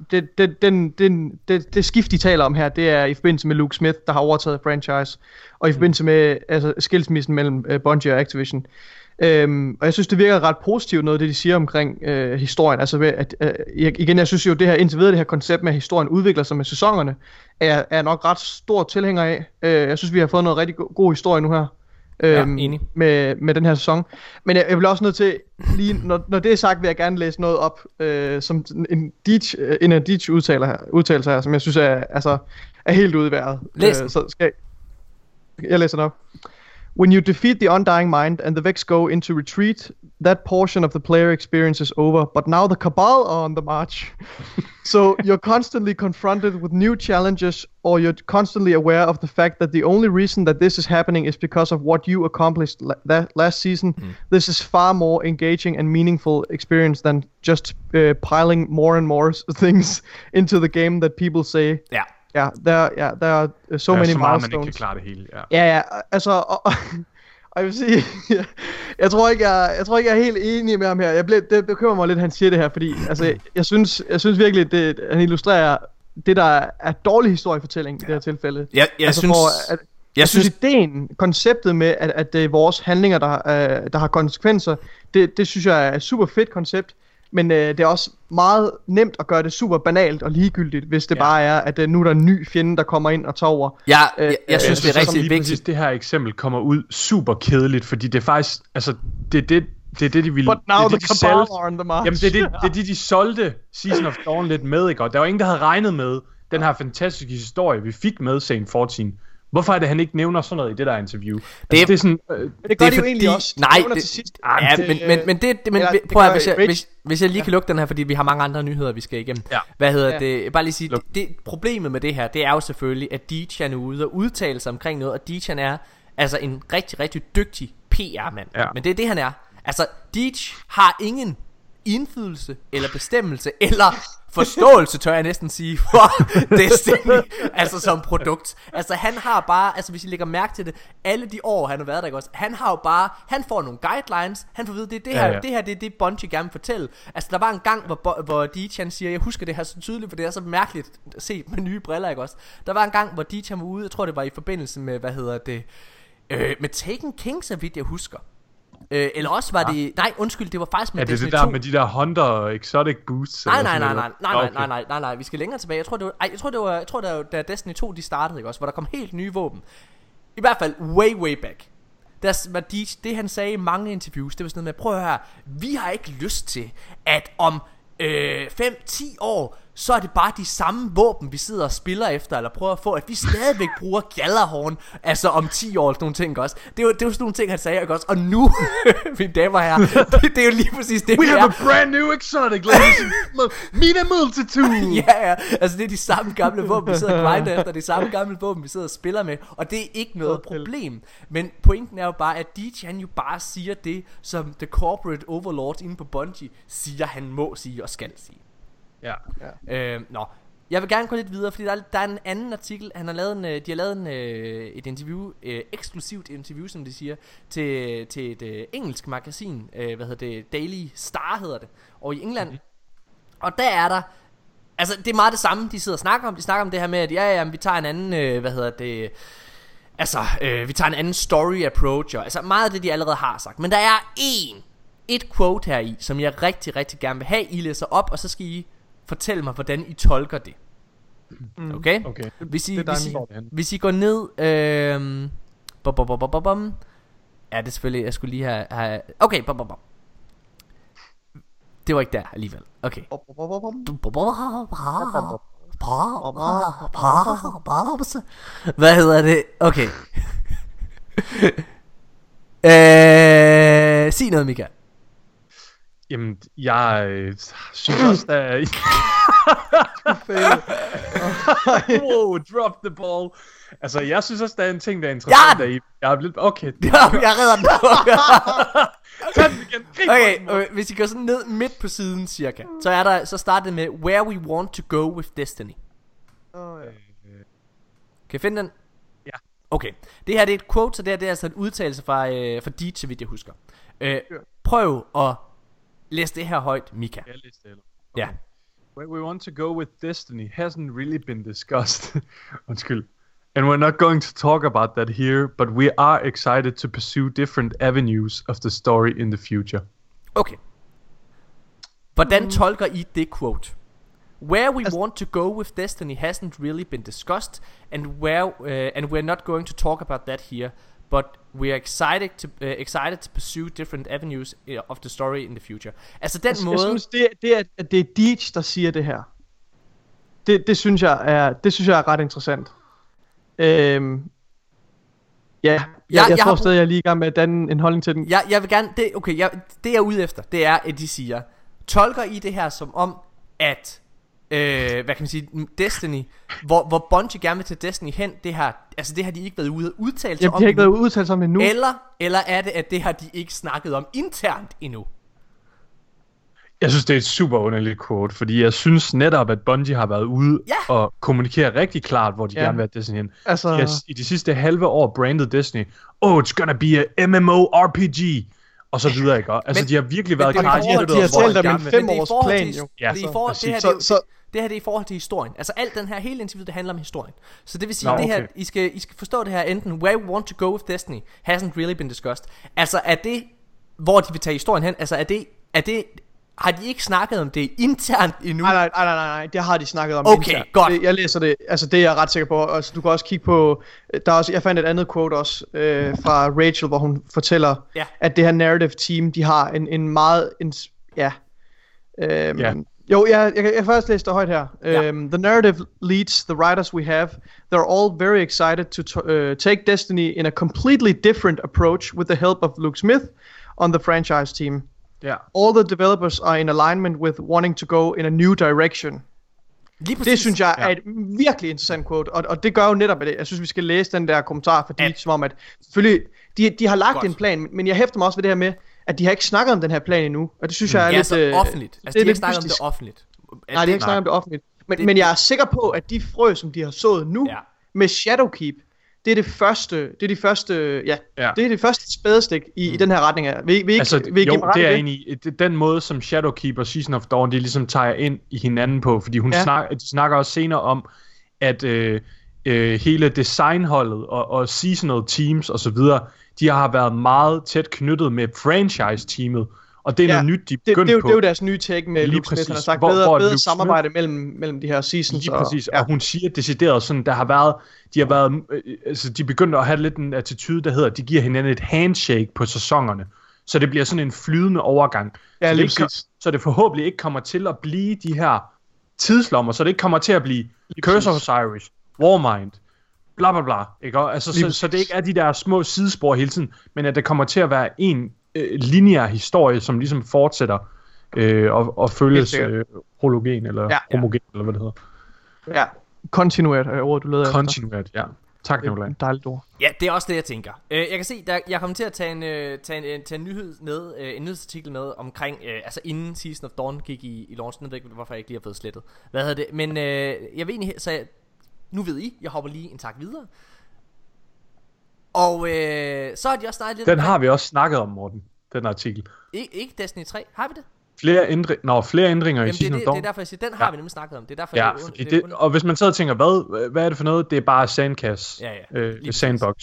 det skift de taler om her, det er i forbindelse med Luke Smith, der har overtaget franchise, og i forbindelse med skilsmissen mellem Bungie og Activision. Og jeg synes det virker ret positivt noget af det de siger omkring historien. Altså at igen, jeg synes jo det her indtil videre det her koncept med at historien udvikler sig med sæsonerne er nok ret stor tilhænger af. Jeg synes vi har fået noget rigtig god historie nu her. Med den her sæson. Men jeg vil også nødt til lige, når det er sagt, vil jeg gerne læse noget op, som en af Deitch udtalelser her, som jeg synes er helt ude i vejret. Så skal jeg læser den op. When you defeat the Undying Mind and the Vex go into retreat, that portion of the player experience is over, but now the Cabal are on the march. So you're constantly confronted with new challenges, or you're constantly aware of the fact that the only reason that this is happening is because of what you accomplished last season. This is far more engaging and meaningful experience than just piling more and more things into the game that people say. Ja, der er so many milestones. Man ikke kan klare det hele. Altså, og jeg vil sige, jeg tror ikke jeg er helt enig med ham her. Det bekymrer mig lidt, han siger det her, fordi altså, jeg synes virkelig, han illustrerer det, der er dårlig historiefortælling i det her tilfælde. Jeg synes ideen, konceptet med, at det er vores handlinger, der har konsekvenser, det synes jeg er et super fedt koncept. Men det er også meget nemt at gøre det super banalt og ligegyldigt, hvis det bare er, at nu er der en ny fjende, der kommer ind og tager over. Jeg synes, det er rigtig vigtigt. Det her eksempel kommer ud super kedeligt, fordi det er faktisk, altså, det er det, de ville... But now the Cabal are on the march. Jamen, det er det, de solgte Season of Dawn lidt med, ikke? Og der var ingen, der havde regnet med den her fantastiske historie, vi fik med Saint 14. Hvorfor er det, han ikke nævner sådan noget i det der interview? Det er sådan... det gør de jo egentlig også. Nej, prøv at hvis jeg lige kan lukke den her, fordi vi har mange andre nyheder, vi skal igennem. Hvad hedder det? Bare lige sige, det problemet med det her, det er jo selvfølgelig, at Deitch er ude og udtale sig omkring noget, og Deitch er altså en rigtig, rigtig dygtig PR-mand. Men det er det, han er. Altså, Deitch har ingen indflydelse eller bestemmelse eller forståelse, tør jeg næsten sige, for Destiny, altså som produkt. Altså han har bare, altså hvis I lægger mærke til det, alle de år han har været der, ikke også, han har jo bare, han får nogle guidelines, han får at vide, det her, det er det Bungie gerne vil fortælle. Altså der var en gang, hvor Deitch han siger, jeg husker det her så tydeligt, for det er så mærkeligt at se med nye briller, ikke også. Der var en gang, hvor Deitch var ude, jeg tror det var i forbindelse med, med Taken King, så vidt jeg husker. Eller også var det... Nej, undskyld, det var faktisk med Destiny 2. Er det det der med de der Hunter Exotic Boosts? Nej, vi skal længere tilbage. Jeg tror det var da Destiny 2 de startede, ikke også, hvor der kom helt nye våben. I hvert fald way back. det han sagde i mange interviews, det var sådan noget med, prøv at høre her, vi har ikke lyst til, at om 5-10 år, så er det bare de samme våben, vi sidder og spiller efter, eller prøver at få, at vi stadigvæk bruger Gjallarhorn, altså om 10 år, sådan nogle ting også. Det var sådan nogle ting, han sagde, ikke også? Og nu, mine damer her, det er jo lige præcis det, we have a brand new exotic, ladies and meet a multitude. Ja, altså det er de samme gamle våben, vi sidder og grinder efter, det er samme gamle våben, vi sidder og spiller med, og det er ikke noget problem. Men pointen er jo bare, at Deej, han jo bare siger det, som the corporate overlords inde på Bungie siger, han må sige og skal sige. Ja. Nå, jeg vil gerne gå lidt videre, fordi der er en anden artikel. De har lavet et interview, eksklusivt interview, som de siger, til et engelsk magasin, Daily Star hedder det, og i England. Og der er der, altså det er meget det samme, de sidder og snakker om. De snakker om det her med, at vi tager en anden, vi tager en anden story approach, og, altså meget af det, de allerede har sagt. Men der er et quote her i, som jeg rigtig, rigtig gerne vil have, I læser op, og så skal I fortæl mig, hvordan I tolker det. Okay? Hvis I går ned ja, det er selvfølgelig, jeg skulle lige have okay, det var ikke der alligevel. Okay. Hvad hedder det? Okay. Sig noget, Mika. Jamen, jeg synes også, der wow, drop the ball. Altså, jeg synes også, der er en ting, der er interessant der i. Jeg er blevet... Okay. Jeg redder den. Tag den igen. Okay, hvis I går sådan ned midt på siden cirka, så starter det med Where we want to go with Destiny. Kan I finde den? Ja. Okay, det her det er et quote, så det er altså en udtalelse fra Deej, så vidt jeg husker. Prøv at læse det her højt, Mika. Jeg læser det. Ja. Where we want to go with Destiny hasn't really been discussed. Undskyld. And we're not going to talk about that here, but we are excited to pursue different avenues of the story in the future. Okay. Hvordan tolker I det quote? Where we want to go with Destiny hasn't really been discussed, and we're not going to talk about that here, but we are excited to pursue different avenues of the story in the future. Altså den måde. Jeg synes det er Deej, der siger det her. Det synes jeg er ret interessant. Jeg tror stadig, jeg er lige i gang med at danne en holdning til den. Jeg vil gerne det jeg er ude efter, det er at de siger, tolker I det her som om at hvad kan man sige, Destiny, hvor Bungie gerne vil til Destiny hen, det har de ikke været ude og udtale sig om. De har ikke været udtalt sig om endnu. Eller er det, at det har de ikke snakket om internt endnu? Jeg synes, det er et super underligt quote, fordi jeg synes netop, at Bungie har været ude og kommunikere rigtig klart, hvor de gerne vil have Destiny hen. Altså... I de sidste halve år branded Destiny, it's gonna be a MMORPG, og så videre, ikke? Altså, de har virkelig været klar. De har talt om en 5-års plan, jo. Det her det er i forhold til historien. Altså alt den her hele interviewet, det handler om historien. Så det vil sige, det her I skal forstå det her enten where we want to go with Destiny hasn't really been discussed. Altså er det hvor de vil tage historien hen? Altså er det har de ikke snakket om det internt endnu? Nej, det har de snakket om internt. Okay, godt. Jeg læser det, altså det er jeg ret sikker på. Altså, du kan også kigge på, der er også, jeg fandt et andet quote også fra Rachel, hvor hun fortæller, at det her narrative team, de har en meget, jo, jeg først læste det højt her. The narrative leads, the writers we have, they're all very excited to take Destiny in a completely different approach with the help of Luke Smith on the franchise team. Yeah. All the developers are in alignment with wanting to go in a new direction. Det synes jeg er et virkelig interessant quote, og det gør jo netop det. Jeg synes vi skal læse den der kommentar for Deej, som om at selvfølgelig de har lagt en plan, men jeg hæfter mig også ved det her med at de har ikke snakket om den her plan endnu, og det synes jeg er lidt så offentligt. Altså de har ikke snakket om det offentligt. Nej, de har ikke snakket om det offentligt. Men jeg er sikker på at de frø som de har sået nu med Shadowkeep, det er det første spadestik i den her retning af. Det er egentlig den måde som Shadowkeep og Season of Dawn de ligesom tager ind i hinanden på, fordi de snakker også senere om at hele designholdet og seasonal teams og så videre, de har været meget tæt knyttet med franchise teamet, Og det er noget nyt, de begyndte på. Det er jo deres nye take med Luke Smith, han har sagt, bedre samarbejde mellem de her seasons. Lige præcis, og hun siger decideret sådan, de begyndte at have lidt en attitude, der hedder, de giver hinanden et handshake på sæsonerne. Så det bliver sådan en flydende overgang. Ja, så det forhåbentlig ikke kommer til at blive de her tidslommer, så det ikke kommer til at blive Curse of Osiris, Warmind, bla bla bla, ikke? Altså, så det ikke er de der små sidespor hele tiden, men at det kommer til at være en lineær historie, som ligesom fortsætter og følges hologen, eller homogen, eller hvad det hedder. Ja, kontinuert er ordet, du leder efter. Kontinuert, ja. Tak, Nicolai. Dejligt ord. Ja, det er også det, jeg tænker. Jeg kan se, jeg kommer til at tage en nyhed med, en nyhedsartikel med omkring, altså inden Season of Dawn gik i launch. Jeg ved ikke, hvorfor jeg ikke lige har fået slettet. Hvad hedder det? Men jeg ved egentlig, nu ved I, jeg hopper lige en tak videre. Og så har de også snakket lidt. Den har vi også snakket om, Morten, den artikel. Ikke Destiny 3, har vi det? Flere ændringer i Season of Dawn. Det er derfor, jeg siger, den har vi nemlig snakket om. Det er derfor, og hvis man så tænker, hvad er det for noget? Det er bare Sandcast. Sandbox.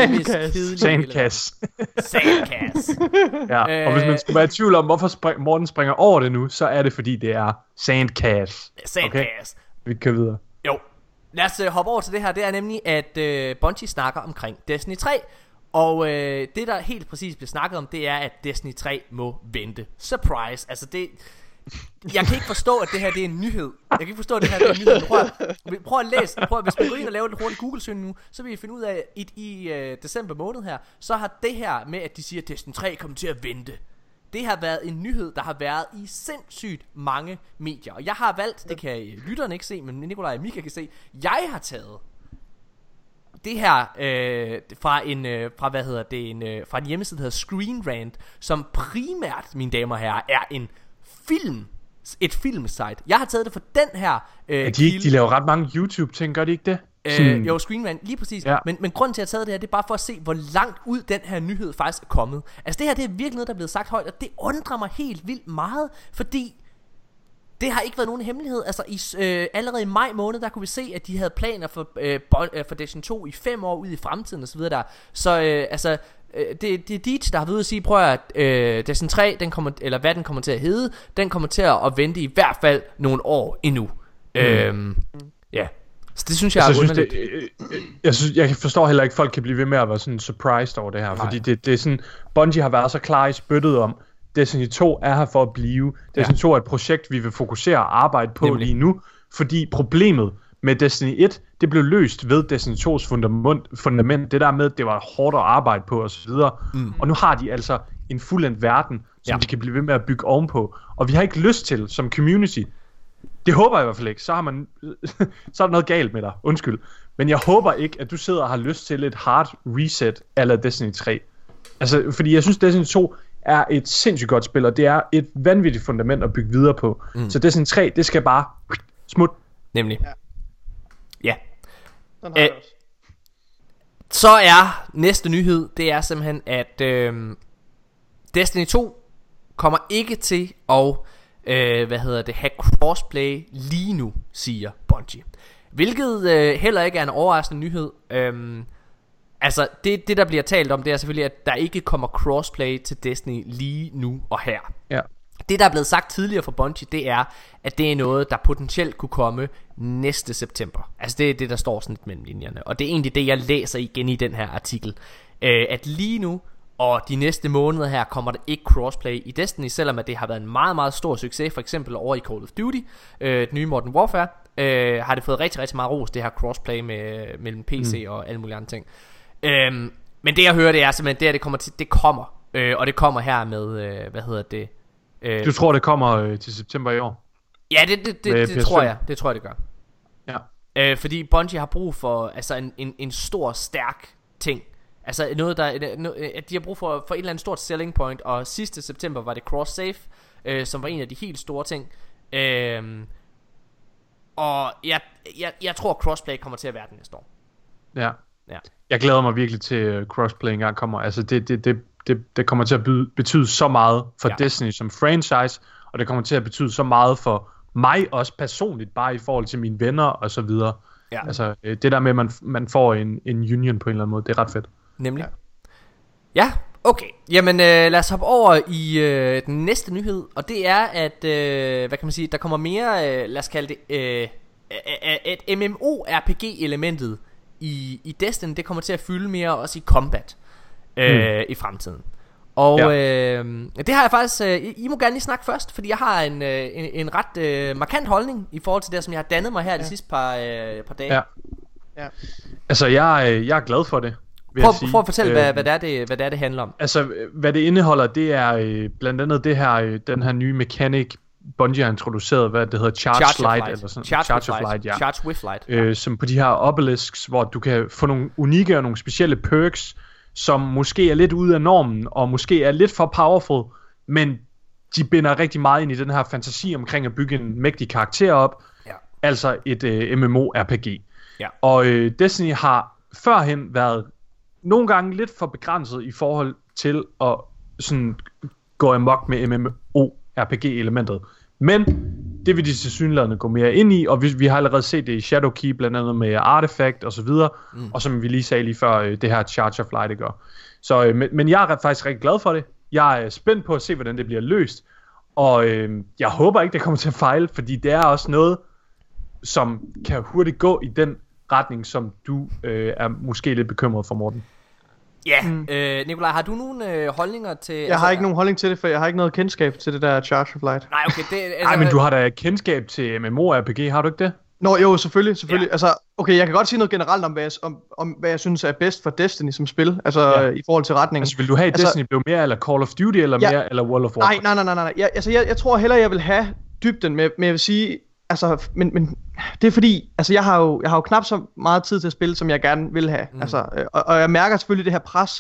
Sandcast. Ja, og hvis man skulle være i tvivl om, hvorfor Morten springer over det nu, så er det fordi, det er Sandcast. Okay? Vi kan videre. Jo. Lad os hoppe over til det her. Det er nemlig, at Bungie snakker omkring Destiny 3. Og det der helt præcis bliver snakket om, det er, at Destiny 3 må vente. Surprise. Altså det... Jeg kan ikke forstå, at det her det er en nyhed. Jeg kan ikke forstå, at det her det er en nyhed. Prøv at læse. Hvis man går ind og laver et hurtigt Google-søgning nu, så vil I finde ud af, at i december måned her, så har det her med, at de siger, at Destiny 3 kommer til at vente. Det har været en nyhed, der har været i sindssygt mange medier. Og jeg har valgt, det kan lytterne ikke se, men Nikolaj og Mika kan se, jeg har taget det her fra en hjemmeside, der hedder Screen Rant, som primært, mine damer og herrer, er et filmsite. Jeg har taget det fra den her de laver ret mange YouTube-ting, gør de ikke det? Jo, Screen Rant, lige præcis. Ja. Men grunden til at jeg har taget det her, det er bare for at se, hvor langt ud den her nyhed faktisk er kommet. Altså det her, det er virkelig noget, der er blevet sagt højt, og det undrer mig helt vildt meget, fordi det har ikke været nogen hemmelighed. Altså allerede i maj måned, der kunne vi se, at de havde planer for Destiny 2 i 5 år ud i fremtiden og så videre der. Så det er Deej, der har ved at sige, prøv at Destiny 3, eller hvad den kommer til at hedde, den kommer til at vente i hvert fald nogle år endnu. Ja. Så det synes jeg er underligt. Jeg forstår heller ikke, at folk kan blive ved med at være sådan surprised over det her. Nej. Fordi det er sådan, Bungie har været så klar i spyttet om, Destiny 2 er her for at blive. Destiny 2 er et projekt, vi vil fokusere og arbejde på lige nu. Fordi problemet med Destiny 1, det blev løst ved Destiny 2's fundament. Det der med, det var hårdt at arbejde på osv. Og nu har de altså en fuldendt verden, som de kan blive ved med at bygge ovenpå. Og vi har ikke lyst til, som community, det håber jeg i hvert fald ikke, så er der noget galt med dig, undskyld. Men jeg håber ikke, at du sidder og har lyst til et hard reset a la Destiny 3. Altså, fordi jeg synes, Destiny 2 er et sindssygt godt spil, og det er et vanvittigt fundament at bygge videre på. Så Destiny 3, det skal bare smut. Nemlig. Ja. Så er næste nyhed, det er simpelthen, at Destiny 2 kommer ikke til at have crossplay lige nu, siger Bungie. Hvilket heller ikke er en overraskende nyhed. Altså det der bliver talt om, det er selvfølgelig, at der ikke kommer crossplay til Destiny lige nu og her. Ja. Det der er blevet sagt tidligere fra Bungie, det er, at det er noget, der potentielt kunne komme næste september. Altså det er det, der står sådan lidt mellem linjerne. Og det er egentlig det, jeg læser igen i den her artikel, at lige nu og de næste måneder her kommer der ikke crossplay i Destiny, selvom at det har været en meget, meget stor succes. For eksempel over i Call of Duty, det nye Modern Warfare, har det fået rigtig, rigtig meget ros, det her crossplay mellem PC og alle mulige andre ting. Men det jeg hører, det er simpelthen det kommer, og det kommer her med du tror det kommer til september i år? Ja, det tror jeg. Det tror jeg, det gør. Ja. Fordi Bungie har brug for altså en stor, stærk ting. Altså noget at de har brug for et eller andet stort selling point. Og sidste september var det cross save, som var en af de helt store ting. Og jeg tror crossplay kommer til at være den næste år. Ja. Jeg glæder mig virkelig til crossplay engang kommer. Altså det kommer til at betyde så meget for Destiny som franchise, og det kommer til at betyde så meget for mig også personligt, bare i forhold til mine venner og så videre. Ja. Altså det der med, at man får en union på en eller anden måde, det er ret fedt. Nemlig. Ja, Okay, jamen lad os hoppe over i den næste nyhed. Og det er at, hvad kan man sige, der kommer mere, lad os kalde det et MMORPG elementet i Destiny. Det kommer til at fylde mere også i combat i fremtiden. Og det har jeg faktisk, I må gerne lige snakke først, fordi jeg har en ret markant holdning i forhold til det, som jeg har dannet mig her de sidste par dage. Ja. Altså jeg er glad for det. Prøv at fortælle, hvad det er, det handler om. Altså, hvad det indeholder, det er blandt andet det her, den her nye mechanic, Bungie har introduceret, hvad det hedder, Charge Light, eller sådan. Charge of Light, ja. Charge with Light. Som på de her obelisks, hvor du kan få nogle unikke og nogle specielle perks, som måske er lidt ude af normen, og måske er lidt for powerful, men de binder rigtig meget ind i den her fantasi omkring at bygge en mægtig karakter op. Ja. Altså et MMORPG. Ja. Og Destiny har førhen været nogle gange lidt for begrænset i forhold til at sådan gå amok med MMORPG-elementet. Men det vil de tilsyneladende gå mere ind i, og vi har allerede set det i Shadowkeep, blandt andet med Artifact og så videre, og som vi lige sagde lige før, det her Charge of Light, det gør. Så, men jeg er faktisk rigtig glad for det. Jeg er spændt på at se, hvordan det bliver løst, og jeg håber ikke, det kommer til at fejle, fordi det er også noget, som kan hurtigt gå i den retning, som du er måske lidt bekymret for, Morten. Ja, Nikolaj, har du nogle holdninger til... Jeg har ikke nogen holdning til det, for jeg har ikke noget kendskab til det der Charge of Light. Nej, okay, det... Altså, nej, men du har da kendskab til MMORPG, har du ikke det? Nå, jo, selvfølgelig. Ja. Altså, okay, jeg kan godt sige noget generelt om hvad jeg synes er bedst for Destiny som spil, altså i forhold til retningen. Altså, vil du have, at Destiny blev mere eller Call of Duty, eller mere eller World of Warcraft? Nej. Jeg tror hellere, jeg vil have dybden med jeg vil sige... Altså, men det er fordi, altså jeg har jo knap så meget tid til at spille, som jeg gerne vil have. Altså, og jeg mærker selvfølgelig det her pres,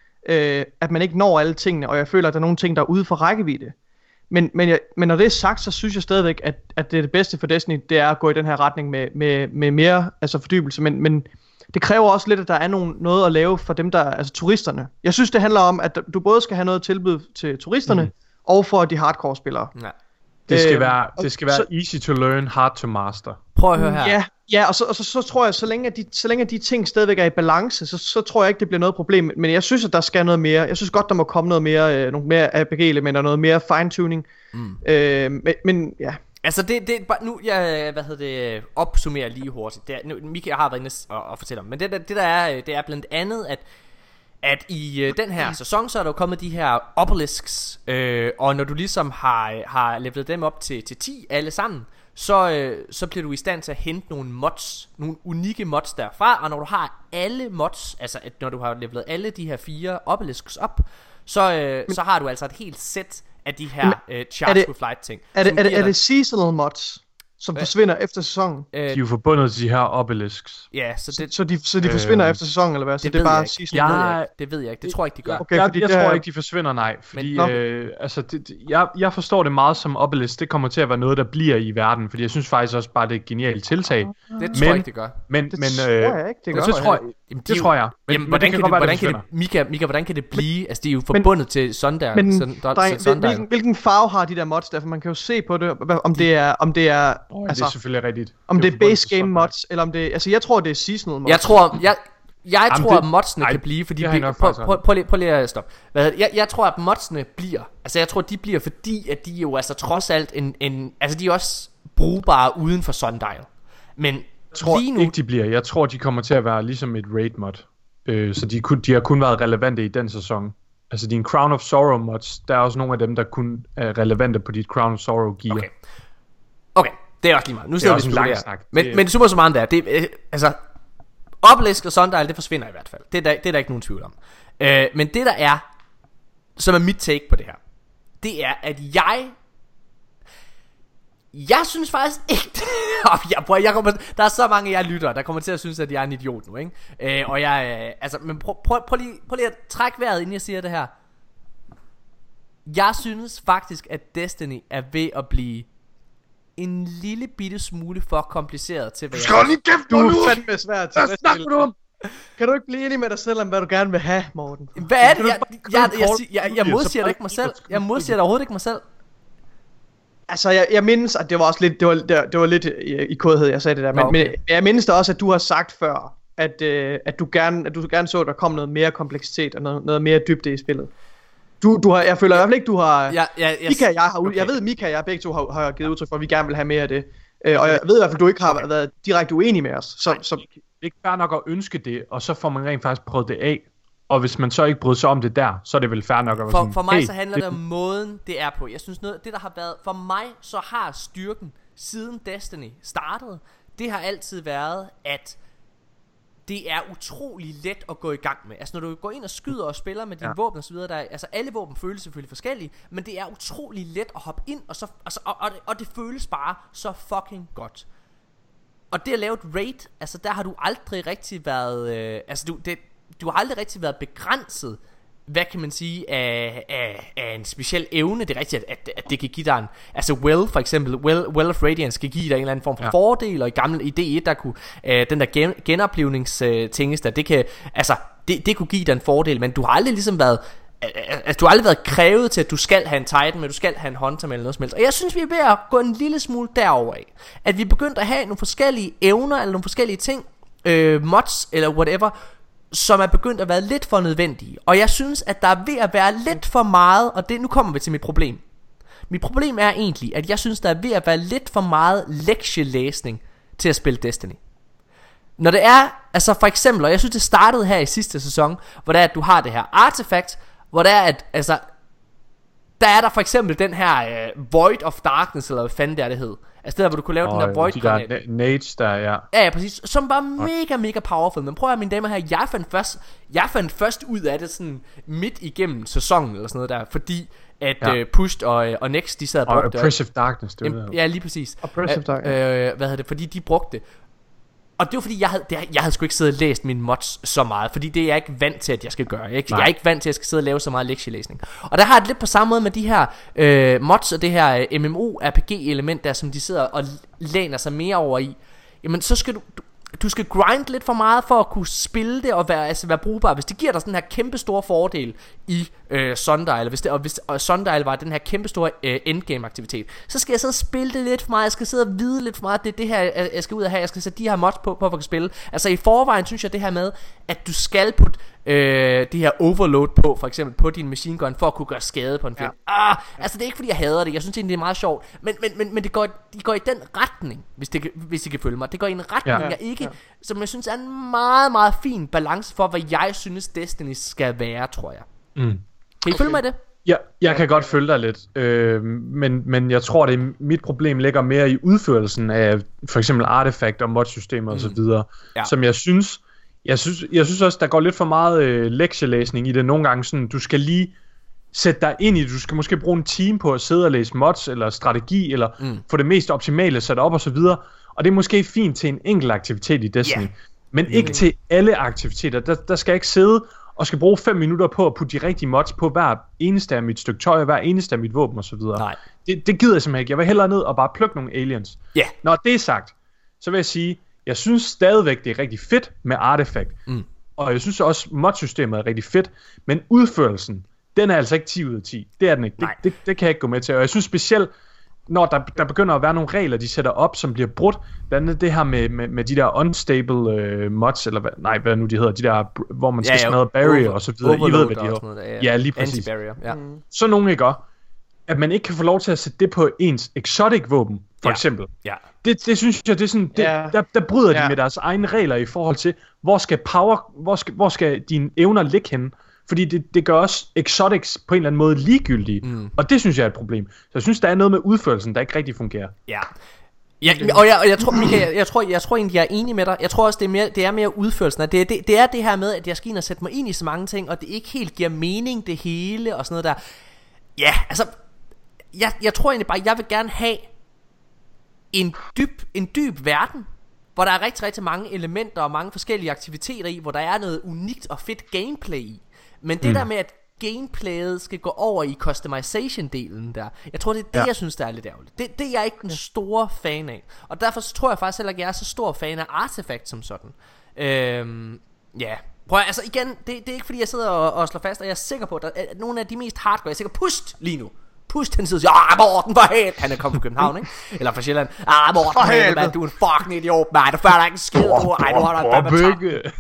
at man ikke når alle tingene, og jeg føler, at der er nogle ting, der er ude for rækkevidde. Men når det er sagt, så synes jeg stadigvæk, at det er det bedste for Destiny, det er at gå i den her retning med mere altså fordybelse. Men det kræver også lidt, at der er noget at lave for dem, der altså turisterne. Jeg synes, det handler om, at du både skal have noget at tilbyde til turisterne, og for de hardcore spillere. Ja. Det skal være easy to learn, hard to master. Prøv at høre her. Ja, og så tror jeg, så længe de ting stadigvæk er i balance, så tror jeg ikke, det bliver noget problem. Men jeg synes, at der skal noget mere. Jeg synes godt, der må komme noget mere, nogle mere RPG-elementer, noget mere fine-tuning. Men ja. Altså det nu jeg opsummerer lige hurtigt. Mika har været inde og fortælle om. Men det der er, det er blandt andet at i den her sæson, så er der jo kommet de her obelisks, og når du ligesom har levelet dem op til 10 alle sammen, så bliver du i stand til at hente nogle mods, nogle unikke mods derfra. Og når du har alle mods, altså når du har levelet alle de her 4 obelisks op, så har du altså et helt sæt af de her Charge with Light ting. Er det seasonal mods, som forsvinder efter sæsonen? De er jo forbundet til de her obelisks. Ja, så de forsvinder efter sæsonen, eller hvad? Så det er bare seasonal. Det ved jeg ikke. Det tror jeg ikke, de gør. Okay, jeg tror ikke, de forsvinder, nej. Fordi jeg forstår det meget som obelisk. Det kommer til at være noget, der bliver i verden. Fordi jeg synes faktisk også bare, det er et genialt tiltag. Det tror jeg ikke, det gør. Det tror jeg ikke, det gør. Det tror jeg. Jamen, hvordan kan det blive? Altså, de er jo forbundet til Sundial. Hvilken farve har de der mods der? For man kan jo se på det, om det er det er selvfølgelig rigtigt. Om det er base game mods, eller om det... Altså, jeg tror, det er seasonal mods. Jeg tror, at modsene kan blive, fordi... Prøv lige at stoppe. Jeg tror, at modsene bliver... Altså, jeg tror, de bliver, fordi at de jo altså trods alt altså, de er også brugbare uden for Sundial. Men jeg tror ikke, de bliver. Jeg tror, de kommer til at være ligesom et raid mod. Så de har kun været relevante i den sæson. Altså, din Crown of Sorrow mods, der er også nogle af dem, der kun er relevante på dit Crown of Sorrow gear. Okay, det er også lige meget. Nu sidder vi en lang snak. Men super så meget der. Det altså Obelisk og Sundial, det forsvinder i hvert fald. Det er der ikke nogen tvivl om. Men det der er, som er mit take på det her, det er at jeg synes faktisk ikke der er så mange af jer lyttere, der kommer til at synes, at jeg er en idiot nu, ikke? Og jeg altså, men prøv lige at trække vejret, inden jeg siger det her. Jeg synes faktisk, at Destiny er ved at blive en lille bitte smule for kompliceret til, hvad jeg skal lige kæft, du er fandme svært til. Hvad snakker du om? Kan du ikke blive enig med dig selv om, hvad du gerne vil have, Morten? Hvad er det? Jeg modsiger det ikke mig selv. Jeg modsiger det overhovedet ikke mig selv. Altså, jeg mindes, at det var også lidt, det var lidt i kodhed, jeg sagde det der. Men jeg mindes da også, at du har sagt før, at du gerne så, at der kom noget mere kompleksitet og noget mere dybde i spillet. Du har, jeg føler i hvert fald ikke, du har... Mika, jeg ved, Mika og jeg begge to har givet udtryk for, at vi gerne vil have mere af det. Og jeg ved i hvert fald, du ikke har været direkte uenig med os. Så det er ikke fair nok at ønske det, og så får man rent faktisk prøvet det af. Og hvis man så ikke bryder sig om det der, så er det vel fair nok at være sådan, for mig så handler det om måden, det er på. Jeg synes, det der har været... For mig så har styrken, siden Destiny startede, det har altid været, at det er utrolig let at gå i gang med. Altså når du går ind og skyder og spiller med dine våben og så videre, altså alle våben føles selvfølgelig forskellige, men det er utrolig let at hoppe ind og så og det føles bare så fucking godt. Og det at lave et raid, altså der har du aldrig rigtig været du har aldrig rigtig været begrænset. Hvad kan man sige af en speciel evne. Det er rigtigt at det kan give dig for eksempel Well of Radiance kan give dig en eller anden form for fordel. Og i D1 der kunne den der genoplevningstinges der, det kan det kunne give dig en fordel. Men du har aldrig ligesom været du har aldrig været krævet til at du skal have en Titan, men du skal have en Hunter eller noget som helst. Og jeg synes vi er ved at gå en lille smule derover af, at vi er begyndt at have nogle forskellige evner eller nogle forskellige ting, mods eller whatever, som er begyndt at være lidt for nødvendige. Og jeg synes at der er ved at være lidt for meget. Og nu kommer vi til mit problem. Mit problem er egentlig at jeg synes der er ved at være lidt for meget lektielæsning til at spille Destiny. Når det er for eksempel, og jeg synes det startede her i sidste sæson, hvor det er at du har det her artefakt, hvor det er at der er der for eksempel den her Void of Darkness, eller hvad fanden det hed. Altså der hvor du kunne lave den der Void Granate. Nades der, ja, præcis. Som var mega powerful. Men prøv at mine damer her, jeg fandt først ud af det sådan midt igennem sæsonen eller sådan noget der, fordi at Pushed og Next de sad og brugte og Oppressive Darkness, det var ja, lige præcis. Oppressive Darkness. Hvad hedder det? Fordi de brugte det. Og det var fordi jeg havde sgu ikke siddet og læst mine mods så meget, fordi det er jeg ikke vant til at jeg skal gøre. Jeg er ikke vant til at jeg skal sidde og lave så meget lektielæsning. Og der har det lidt på samme måde med de her mods og det her MMO RPG element der, som de sidder og læner sig mere over i. Jamen så skal du skal grind lidt for meget for at kunne spille det og være brugbar. Hvis det giver dig sådan her kæmpe store fordel i Sundial, hvis Sundial var den her kæmpe store endgame aktivitet, så skal jeg sidde og spille det lidt for meget. Jeg skal sidde og vide lidt for meget. Det er det her jeg skal ud af her. Jeg skal sætte de her mods på for at kunne spille. Altså i forvejen synes jeg det her med at du skal putte det her overload på, for eksempel på din machine gun, for at kunne gøre skade på en fjende. Altså det er ikke fordi jeg hader det. Jeg synes egentlig det er meget sjovt. Men det går i den retning, hvis I kan følge mig. Det går i en retning jeg ikke, som jeg synes er en meget, meget fin balance for hvad jeg synes Destiny skal være, tror jeg. Kan I følge mig i det? Ja, jeg kan godt følge dig lidt, men jeg tror det mit problem ligger mere i udførelsen af for eksempel artefakt og modsystemer og så videre, som jeg synes også der går lidt for meget lektielæsning i det nogle gange. Sådan du skal lige sætte dig ind i det. Du skal måske bruge en time på at sidde og læse mods eller strategi eller få det mest optimale sat op og så videre. Og det er måske fint til en enkelt aktivitet i Destiny, men ikke til alle aktiviteter. Der skal jeg ikke sidde og skal bruge 5 minutter på at putte de rigtige mods på hver eneste af mit stykke tøj og hver eneste af mit våben og så videre. Nej. Det gider jeg simpelthen ikke. Jeg vil hellere ned og bare plukke nogle aliens. Når det er sagt, så vil jeg sige, jeg synes stadigvæk det er rigtig fedt med artefakt. Og jeg synes også modsystemet er rigtig fedt, men udførelsen, den er altså ikke 10 ud af 10. Det er den ikke. Det kan jeg ikke gå med til. Og jeg synes specielt når der begynder at være nogle regler de sætter op som bliver brudt, blandt andet det her med de der unstable mods eller hvad nu de hedder, de der hvor man skal smadre barrier og så videre. I ved hvad de er. Ja, lige præcis. Så nogle ikke også, at man ikke kan få lov til at sætte det på ens exotic våben for eksempel. Det synes jeg det er sådan der bryder de med deres egne regler i forhold til hvor skal dine evner ligge henne. Fordi det gør også exotics på en eller anden måde ligegyldige. Og det synes jeg er et problem. Så jeg synes der er noget med udførelsen der ikke rigtig fungerer. Og jeg tror Michael, jeg tror egentlig jeg er enig med dig. Jeg tror også det er mere udførelsen. Det er det her med at jeg skal ind og sætte mig ind i så mange ting, og det ikke helt giver mening det hele og sådan noget der. Ja, altså jeg tror egentlig bare jeg vil gerne have en dyb verden, hvor der er rigtig, rigtig mange elementer og mange forskellige aktiviteter i, hvor der er noget unikt og fedt gameplay i. Men det der med at gameplayet skal gå over i customization-delen der, jeg tror det er det jeg synes der er lidt ærgerligt. Det er jeg ikke den store fan af. Og derfor så tror jeg faktisk heller ikke jeg er så stor fan af Artifact som sådan. Prøv altså igen, det er ikke fordi jeg sidder og slår fast, og jeg er sikker på at nogle af de mest hardcore, jeg er sikker Pushed lige nu. Pust, han sidder og siger, Morten, for helvede. Han er kommet fra København, ikke? Eller fra Sjælland. Morten, for helvede, man, du er en fucking idiot, man. Du fatter ikke en skid, du har dig.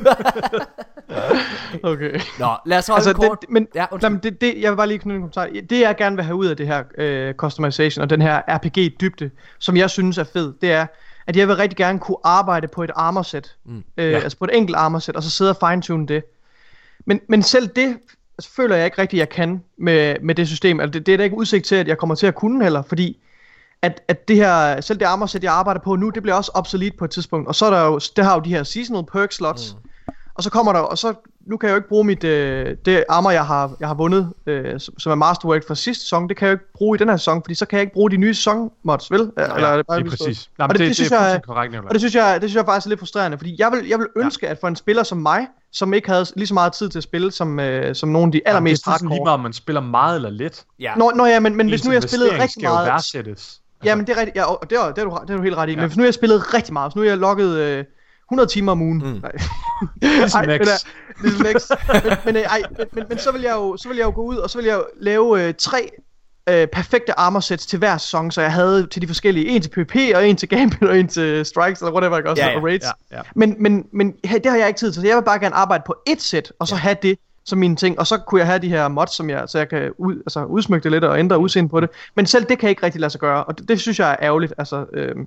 Okay. Nå, lad os holde kort. Jeg vil bare lige knytte en kommentar. Det jeg gerne vil have ud af det her customization og den her RPG-dybde, som jeg synes er fed, det er, at jeg vil rigtig gerne kunne arbejde på et armorsæt. Altså på et enkelt armorsæt, og så sidde og fine-tune det. Men selv det føler jeg ikke rigtig, jeg kan med det system. Altså det er der ikke udsigt til, at jeg kommer til at kunne heller, fordi at det her, selv det armorsæt, jeg arbejder på nu, det bliver også obsolet på et tidspunkt. Og så er der jo, det har jo de her seasonal perk slots. Og så kommer der, og så nu kan jeg jo ikke bruge mit det armor jeg har vundet, som er masterwork fra sidste sæson. Det kan jeg jo ikke bruge i den her sæson, fordi så kan jeg ikke bruge de nye sæsonmods, vel? Eller er det bare præcis. Nej, og det synes jeg korrekt. Og det synes jeg faktisk er lidt frustrerende, fordi jeg vil ønske, at for en spiller som mig, som ikke havde lige så meget tid til at spille som nogle af de allermest hardcore. Det er lige meget, om man spiller meget eller lidt. Ja. Nå ja, men hvis nu jeg spillede rigtig meget. Værdsættes. Ja, men det er rigtigt. Ja, det er du helt ret i. Men hvis nu jeg spillede rigtig meget, hvis nu jeg logget 100 timer om ugen. Ligesom Max. Men så vil jeg jo gå ud, og så vil jeg jo lave 3 perfekte armorsets til hver sæson, så jeg havde til de forskellige, en til PvP, og en til Gambit, og en til Strikes, eller whatever, ikke også, og Raids. Ja. Men det har jeg ikke tid til, så jeg vil bare gerne arbejde på et sæt, og så have det som mine ting, og så kunne jeg have de her mods, så jeg kan udsmykke det lidt, og ændre udseende på det. Men selv det kan jeg ikke rigtig lade sig gøre, og det synes jeg er ærgerligt, altså,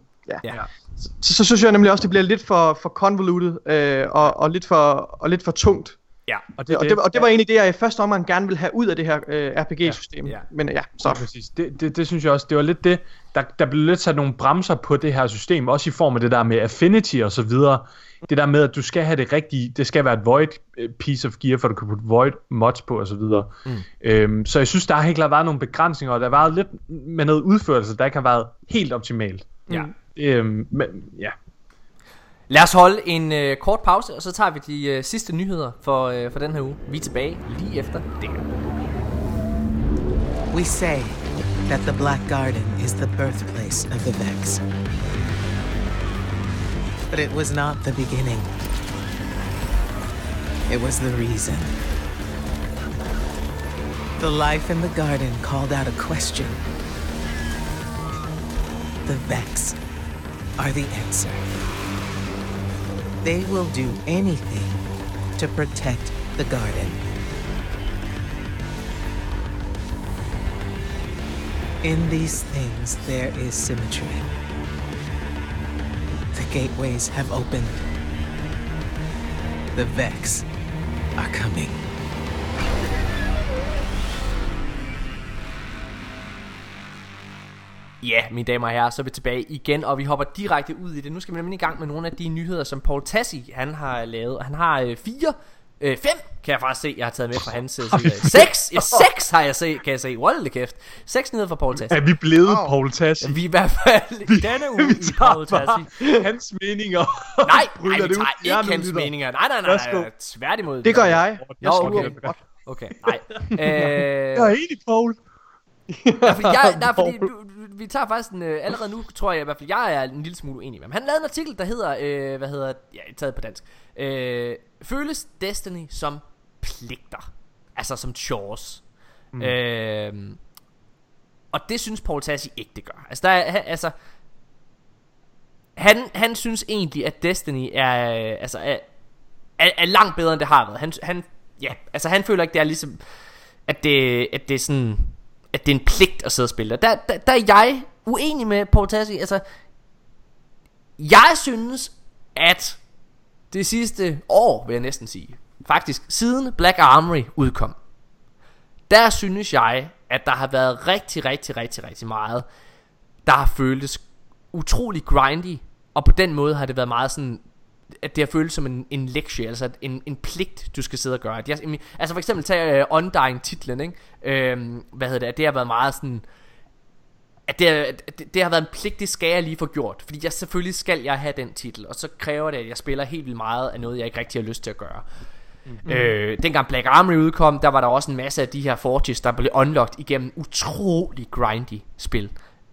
Så synes jeg nemlig også, det bliver lidt for convoluted, og lidt for tungt. Ja, og det var egentlig det, jeg i første omgang gerne ville have ud af det her RPG-system. Ja. Men så. Ja, præcis. Det synes jeg også, det var lidt det, der blev lidt sat nogle bremser på det her system, også i form af det der med affinity og så videre. Det der med, at du skal have det rigtige, det skal være et void piece of gear, for at du kan putte void mods på og så videre. Så jeg synes, der har helt klart været nogle begrænsninger, og der har været lidt med noget udførelse, der ikke har været helt optimalt. Ja. Men ja. Lad os holde en kort pause, og så tager vi de sidste nyheder for den her uge. Vi er tilbage lige efter det her. We say that the Black Garden is the birthplace of the Vex. But it was not the beginning. It was the reason. The life in the garden called out a question. The Vex are the answer. They will do anything to protect the garden. In these things there is symmetry. The gateways have opened. The Vex are coming. Ja, mine damer og herrer, så er vi tilbage igen, og vi hopper direkte ud i det. Nu skal vi nemlig i gang med nogle af de nyheder, som Paul Tassi, han har lavet. Han har 5 kan jeg faktisk se, jeg har taget med fra hans side. 6 har jeg set, kan jeg se. Hold kæft. 6 nyheder fra Paul Tassi. Er vi blevet Paul Tassi? Vi er i hvert fald i denne uge i Paul Tassi. Hans meninger. Nej, vi tager ikke hans meninger. Nej, tværtimod. Det gør jeg. Okay, nej. Jeg er enig, Paul. Fordi vi tager faktisk allerede nu, tror jeg i hvert fald, jeg er en lille smule uenig med ham. Han lavede en artikel, der hedder, taget på dansk. Føles Destiny som pligter? Altså som chores. Og det synes Paul Tassi ikke, det gør. Han synes egentlig, at Destiny er langt bedre, end det har været. Han føler ikke, det er ligesom, at det er sådan, at det er en pligt at sidde og spille. Der er jeg uenig med Paul Tassi. Altså, jeg synes, at det sidste år, vil jeg næsten sige, faktisk siden Black Armory udkom, der synes jeg, at der har været rigtig meget, der har føltes utrolig grindy, og på den måde har det været meget sådan, at det har føltes som en lektie, altså en pligt, du skal sidde og gøre. Altså for eksempel tage Undying-titlen, ikke? Det har været meget sådan, at det har været en pligt, det skal jeg lige få gjort, fordi selvfølgelig skal jeg have den titel, og så kræver det, at jeg spiller helt vildt meget af noget, jeg ikke rigtig har lyst til at gøre. Dengang Black Armory udkom, der var der også en masse af de her forges, der blev unlocked igennem utrolig grindy spil.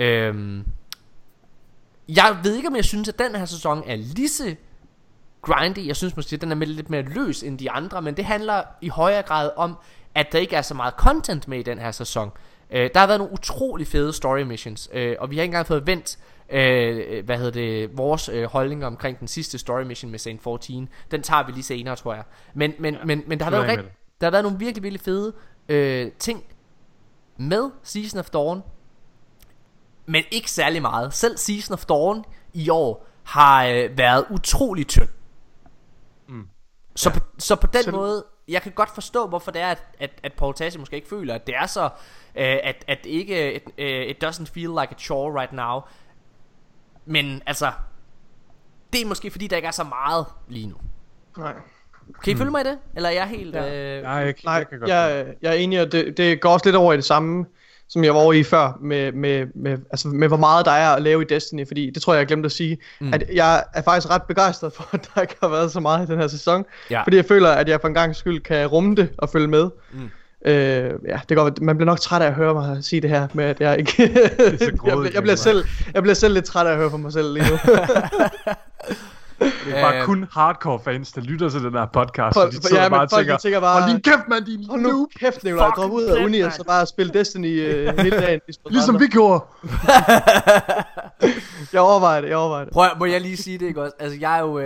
Jeg ved ikke, om jeg synes, at den her sæson er lige så grindy. Jeg synes måske, at den er lidt mere løs end de andre, men det handler i højere grad om, at der ikke er så meget content med i den her sæson. Der har været nogle utrolig fede story missions, og vi har ikke engang fået vendt vores holdninger omkring den sidste story mission med Saint 14. Den tager vi lige senere, tror jeg. Men der har været nogle virkelig, virkelig fede ting med Season of Dawn, men ikke særlig meget. Selv Season of Dawn i år har været utrolig tynd. Så på den måde, jeg kan godt forstå, hvorfor det er, at Paul Tassi måske ikke føler, at det er så, at ikke it doesn't feel like a chore right now. Men altså, det er måske fordi, der ikke er så meget lige nu. Nej. Kan I følge mig i det? Eller er jeg helt... Jeg er enig, og det går også lidt over i det samme, som jeg var over i før, med hvor meget der er at lave i Destiny, fordi det tror jeg glemte at sige, at jeg er faktisk ret begejstret for, at der ikke har været så meget i den her sæson, fordi jeg føler, at jeg for en gang skyld kan rumme det og følge med. Det går, man bliver nok træt af at høre mig sige det her med, at jeg ikke jeg bliver selv lidt træt af at høre for mig selv lige nu. Det er bare kun hardcore fans, der lytter til den her podcast, så de sidder bare og tænker bare, hold lige kæft, man, din noob. Hold nu kæft, Nikolaj, drop ud af uni, og så bare spille Destiny hele dagen. Ligesom vi gjorde. Jeg overvejer det. Prøv, må jeg lige sige det, ikke også? Altså, jeg er jo...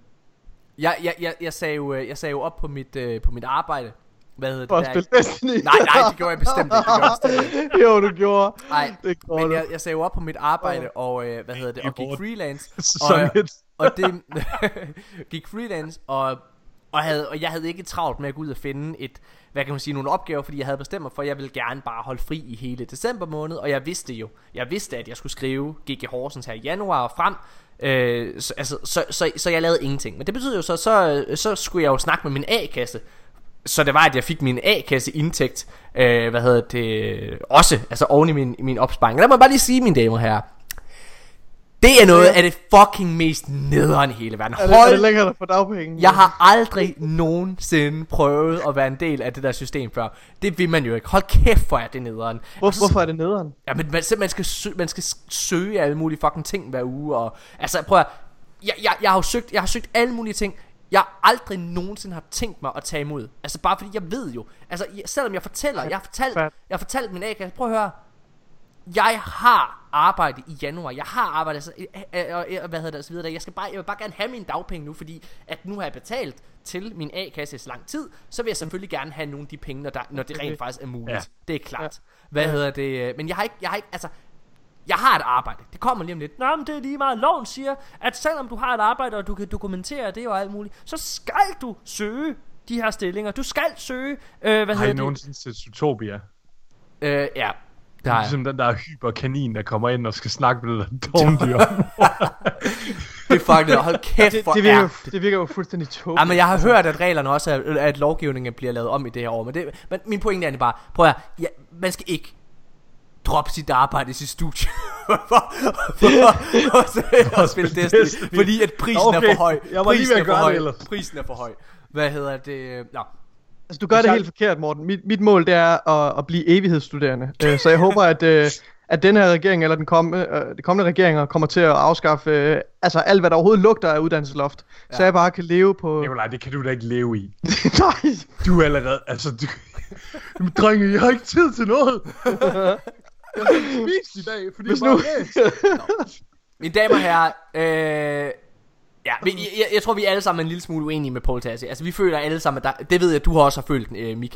Jeg sagde jo op på mit arbejde. Hvad hedder det? For at spille Destiny? Nej, det gjorde jeg bestemt ikke. Jo, du gjorde. Nej, men jeg sagde jo op på mit arbejde, og og gik freelance. Og det gik freelance, og jeg havde ikke travlt med at gå ud og finde nogle opgaver, fordi jeg havde bestemt mig for, at jeg ville gerne bare holde fri i hele december måned, og jeg vidste, at jeg skulle skrive GG Horsens her i januar og frem. Så jeg lavede ingenting. Men det betyder jo så skulle jeg jo snakke med min A-kasse. Så det var, at jeg fik min A-kasse indtægt også, altså oven i min opsparing. Lad mig bare lige sige, mine damer og herrer, det er noget af det fucking mest nederen i hele verden. Er det længere at få dagpenge? Jeg har aldrig nogensinde prøvet at være en del af det der system før. Det vil man jo ikke. Hold kæft, for det nederen. Hvorfor er det nederen? Ja, men man skal søge alle mulige fucking ting hver uge. Og, altså prøv at, jeg har søgt alle mulige ting. Jeg aldrig nogensinde har tænkt mig at tage imod. Altså bare fordi jeg ved jo, altså selvom jeg fortæller, jeg har fortalt min A-kasse, prøv at høre, jeg har arbejdet i januar, jeg har arbejdet, så videre. Jeg vil bare gerne have mine dagpenge nu, fordi at nu har jeg betalt til min A-kasse så lang tid, så vil jeg selvfølgelig gerne have nogle af de penge, når det rent faktisk er muligt. Ja. Det er klart. Men jeg har ikke, altså, jeg har et arbejde. Det kommer lige om lidt. Nå, men det er lige meget. Loven siger, at selvom du har et arbejde, og du kan dokumentere det og alt muligt, så skal du søge de her stillinger. Du skal søge, Har I nogensinde set Zootopia? Ja. Det er ligesom den der hyperkanin, der kommer ind og skal snakke med det der dogndyr. Det er faktisk, hold kæft for det virker jo fuldstændig tåbeligt. Ja, men jeg har hørt, at reglerne også at lovgivningen bliver lavet om i det her år. Men min pointe er bare, prøv at man skal ikke droppe sit arbejde i sit studie for at spille Destiny, fordi at prisen er for høj. Prisen er for høj. Hvad hedder det? Nå. Altså du gør det helt forkert, Morten. Mit mål det er at blive evighedsstuderende. Så jeg håber at den her regering eller de kommende regeringer kommer til at afskaffe altså alt hvad der overhovedet lugter af uddannelsesloft. Ja. Så jeg bare kan leve på. Nikolaj, det kan du da ikke leve i. Nej. Du er allerede drenge, jeg har ikke tid til noget. Jeg har ikke spist i dag, fordi jeg bare læst. Mine damer og herrer, jeg tror vi er alle sammen en lille smule uenige med Paul Tassi. Altså vi føler alle sammen at det ved jeg du har også følt, Mika,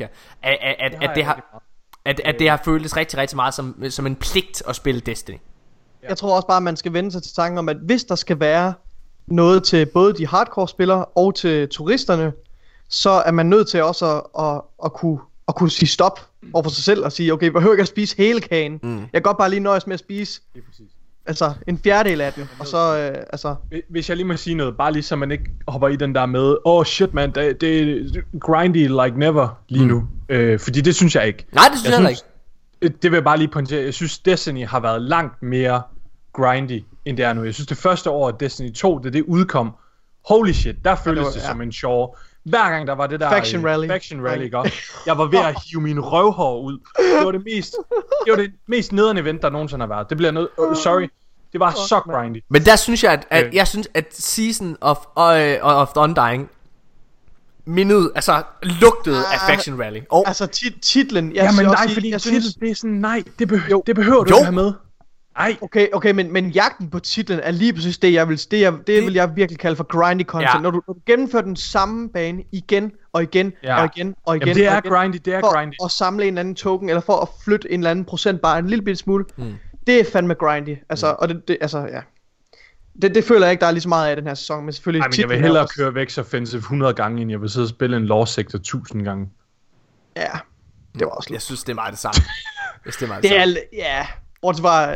at det har føltes rigtig rigtig meget som en pligt at spille Destiny. Jeg tror også bare at man skal vende sig til tanken om at hvis der skal være noget til både de hardcore spillere og til turisterne, så er man nødt til også at kunne sige stop over for sig selv og sige okay, jeg behøver ikke at spise hele kagen. Jeg kan godt bare lige nøjes med at spise altså en fjerdedel af den. Og så hvis jeg lige må sige noget, bare lige så man ikke hopper i den der med shit man, det er grindy like never lige nu. Fordi det synes jeg ikke. Nej, det synes jeg ikke. Det vil jeg bare lige pointere. Jeg synes Destiny har været langt mere grindy end det er nu. Jeg synes det første år af Destiny 2, det udkom, holy shit, der føltes det som en sjov. Hver gang der var det der Faction Rally, ikke? Jeg var ved at hive mine røvhår ud. Det var det mest nederen event der nogensinde har været. Det bliver noget sorry. Det var så grindy. Men der synes jeg at jeg synes at Season of Undying mindede, altså lugtede af Faction Rally. Altså titlen, men nej, fordi jeg synes, det er sådan, nej, det behøver du ikke have med. Nej. Okay, men jagten på titlen er lige præcis det, vil jeg virkelig kalde for grindy content. Ja. Når du gennemfører den samme bane igen og igen og igen og igen. Jamen, det er grindy, For at samle en eller anden token, eller for at flytte en eller anden procent bare en lille bitte smule. Det er fandme grindy. Altså, og det føler jeg ikke, der er lige så meget af den her sæson, men selvfølgelig... men jeg vil hellere køre Vex Offensive 100 gange, end jeg vil sidde og spille en Law Sector 1000 gange. Ja, det var også lidt. Jeg synes, det er meget det samme. Bortset var,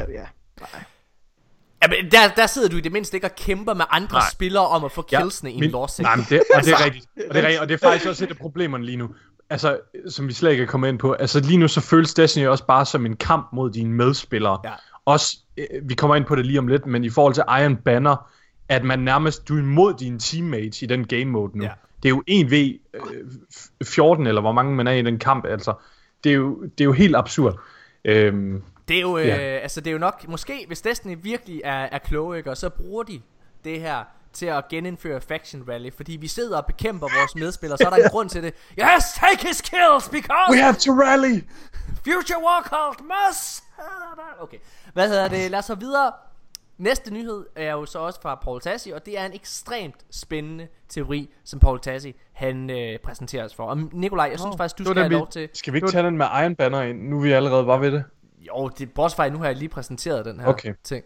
men der sidder du i det mindste ikke og kæmper med andre spillere om at få killsene i en Law Sector. Nej, men det er rigtigt. Og det er faktisk også et af problemerne lige nu. Altså, som vi slet ikke er kommet ind på. Altså, lige nu så føles Destiny også bare som en kamp mod dine medspillere. Ja. Også, vi kommer ind på det lige om lidt, men i forhold til Iron Banner, at man nærmest, du er imod dine teammates i den game mode nu. Ja. Det er jo 1v14, eller hvor mange man er i den kamp, altså. Det er jo helt absurd. Det er jo, altså det er jo nok, måske hvis Destiny virkelig er kloge, ikke, og så bruger de det her til at genindføre Faction Rally, fordi vi sidder og bekæmper vores medspillere, så er der en grund til det. Yes, take his kills, because we have to rally. Future Warcraft must. Okay, hvad hedder det? Lad os så videre. Næste nyhed er jo så også fra Paul Tassi, og det er en ekstremt spændende teori, som Paul Tassi han præsenterer os for. Og Nikolaj, jeg synes faktisk, du skal have lov til... Skal vi ikke tage den med Iron Banner ind, nu vi allerede var ved det? Jo, det er bortset nu har jeg lige præsenteret den her ting.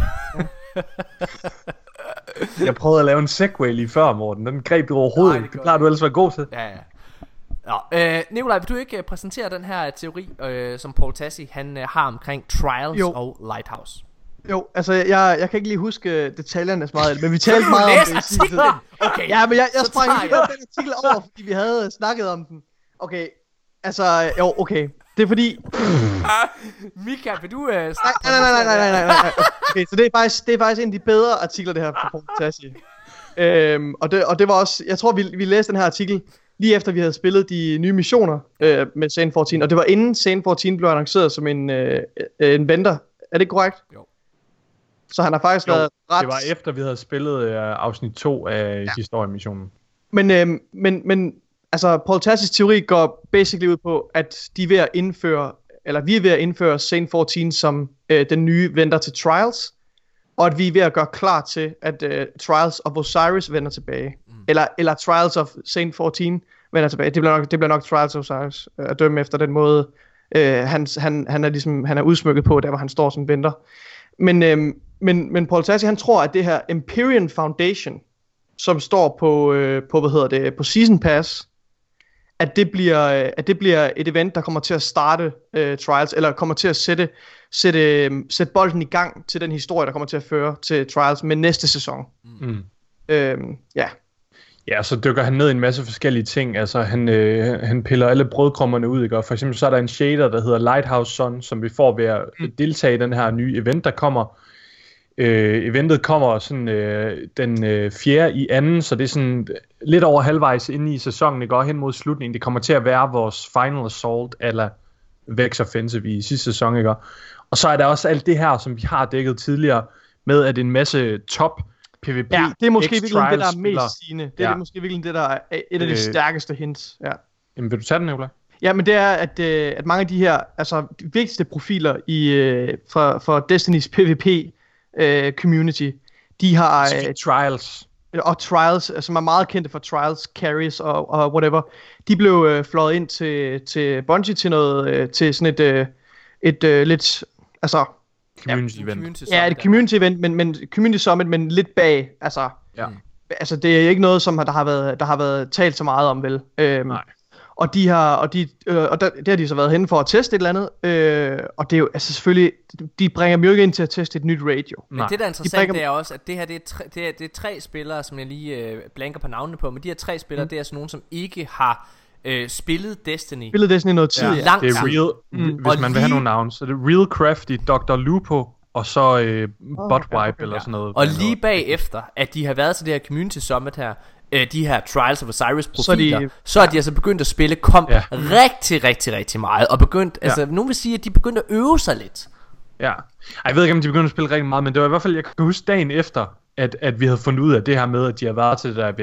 Jeg prøvede at lave en segway lige før, Morten. Den greb du overhovedet ikke. Det plejer du ellers at være god til. Ja. Nikolaj, vil du ikke præsentere den her teori, som Paul Tassi han har omkring Trials og Lighthouse? Jo, altså jeg kan ikke lige huske detaljerne så meget, men vi talte meget om det. Okay. Ja, men jeg sprang den artikel over, fordi vi havde snakket om den. Okay, altså okay. Det er fordi... Mika, vil du... Nej. Okay, så det er faktisk en af de bedre artikler, det her fra Paul Tassi. Og det var også... Jeg tror, vi læste den her artikel lige efter, vi havde spillet de nye missioner med Zane 14. Og det var inden Zane 14 blev annonceret som en vendor. Er det ikke korrekt? Jo. Så han har faktisk været ret... Det var efter, vi havde spillet afsnit 2 af historiemissionen. Men altså, Paul Tassis teori går basically ud på, at de er ved at indføre, eller vi er ved at indføre Zane 14 som den nye vendor til Trials, og at vi er ved at gøre klar til, at Trials of Osiris vender tilbage. Eller Trials of Zane 14 vender tilbage. Det bliver nok Trials of Osiris, at dømme efter den måde, han er udsmykket på, der hvor han står som vendor. Men Paul Tassi, han tror, at det her Empyrean Foundation, som står på Season Pass, at det bliver et event, der kommer til at starte Trials, eller kommer til at sætte bolden i gang til den historie, der kommer til at føre til Trials med næste sæson. Ja, så dykker han ned i en masse forskellige ting. Altså, han piller alle brødkrummerne ud, ikke? Og for eksempel så er der en shader, der hedder Lighthouse Sun, som vi får ved at deltage i den her nye event, der kommer. Eventet kommer sådan den 4. i anden, så det er sådan lidt over halvvejs inde i sæsonen, ikke? Og hen mod slutningen. Det kommer til at være vores final assault eller Vex Offensive i sidste sæson, ikke? Og så er der også alt det her, som vi har dækket tidligere, med at en masse top PvP. Ja, det er måske virkelig det, der er mest sigende. Det er måske virkelig det, der er et af de stærkeste hints. Ja. Jamen, vil du tage den, Nicolai? Ja, men det er, at mange af de her, altså de vigtigste profiler for Destinys PvP community, de har... Trials. Og Trials, som er meget kendte for Trials, Carries og whatever. De blev fløjet ind til Bungie til noget, til sådan et lidt, altså... Community event. Ja, et community event, men community summit, men lidt bag, altså... Ja. Altså, det er ikke noget, som der har været talt så meget om, vel? Nej. Og det har de så været henne for at teste et eller andet. Og det er jo, altså selvfølgelig, de bringer dem jo ikke ind til at teste et nyt radio. Men det der er interessant, det er også, at det her, det er 3 spillere, som jeg lige blanker på navnene på, men de her 3 spillere, det er sådan nogen, som ikke har spillet Destiny. Spillet Destiny noget tid, ja. Det er real, hvis man vil have nogle navne, så det er Real Crafty, Dr. Lupo, og så Buttwipe eller sådan noget. Og lige bagefter, at de har været til det her Community Summit her, de her Trials of Osiris profiler, så er de altså begyndt at spille rigtig meget, og begyndt, altså nogen vil sige, at de begyndte at øve sig lidt. Ja, jeg ved ikke om de begyndte at spille rigtig meget, men det var i hvert fald, jeg kan huske dagen efter, at vi havde fundet ud af det her med, at de har været til det der event,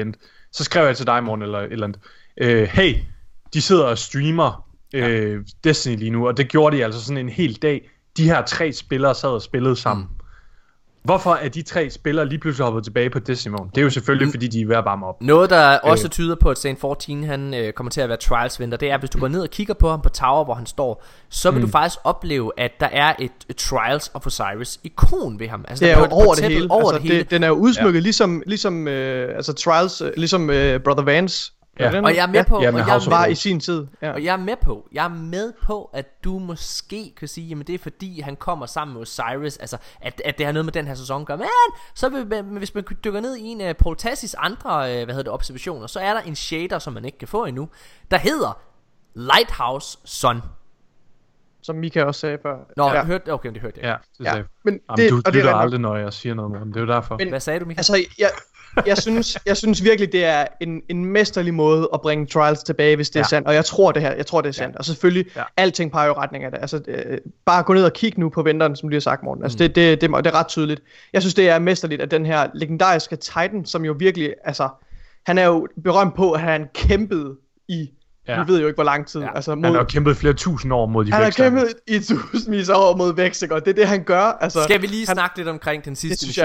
så skrev jeg til dig, Morten, eller et eller andet. Hey, de sidder og streamer Destiny lige nu, og det gjorde de altså sådan en hel dag. De her 3 spillere sad og spillede sammen. Hvorfor er de 3 spillere lige pludselig hoppet tilbage på Destiny-moden? Det er jo selvfølgelig, fordi de er ved at varme op. Noget, der også tyder på, at Saint 14 han kommer til at være trials-venter, det er, hvis du går ned og kigger på ham på Tower, hvor han står, så vil du faktisk opleve, at der er et Trials of Osiris-ikon ved ham. Altså, det er jo over det hele. Over det hele. Den er jo udsmykket ligesom altså Trials, ligesom Brother Vance. Ja. Og jeg er med på, var i sin tid. Ja. Og jeg er med på, at du måske kan sige, jamen det er fordi han kommer sammen med Osiris, altså at det har noget med den her sæson at gøre. Men så hvis man dykker ned i en af Paul Tassis andre, observationer, så er der en shader, som man ikke kan få endnu, der hedder Lighthouse Sun. Som Mika også sagde før. Nå, det hørte jeg. Ja, det sagde. Men du lytter aldrig, når jeg siger noget, Morten. Det er jo derfor. Men, hvad sagde du, Mika? Altså, jeg synes virkelig, det er en mesterlig måde at bringe Trials tilbage, hvis det er sandt. Og jeg tror det er sandt. Og selvfølgelig, alting peger jo retning af det. Altså, bare gå ned og kig nu på venteren, som du har sagt, Morten. Altså, det er ret tydeligt. Jeg synes, det er mesterligt, at den her legendariske Titan, som jo virkelig, altså, han er jo berømt på, at han kæmpede i... Vi ved jo ikke, hvor lang tid. Altså, han har jo kæmpet flere tusind år mod de Han har kæmpet i tusindvis af år mod Vex, og det er det, han gør. Altså, skal vi lige snakke lidt omkring den sidste mission?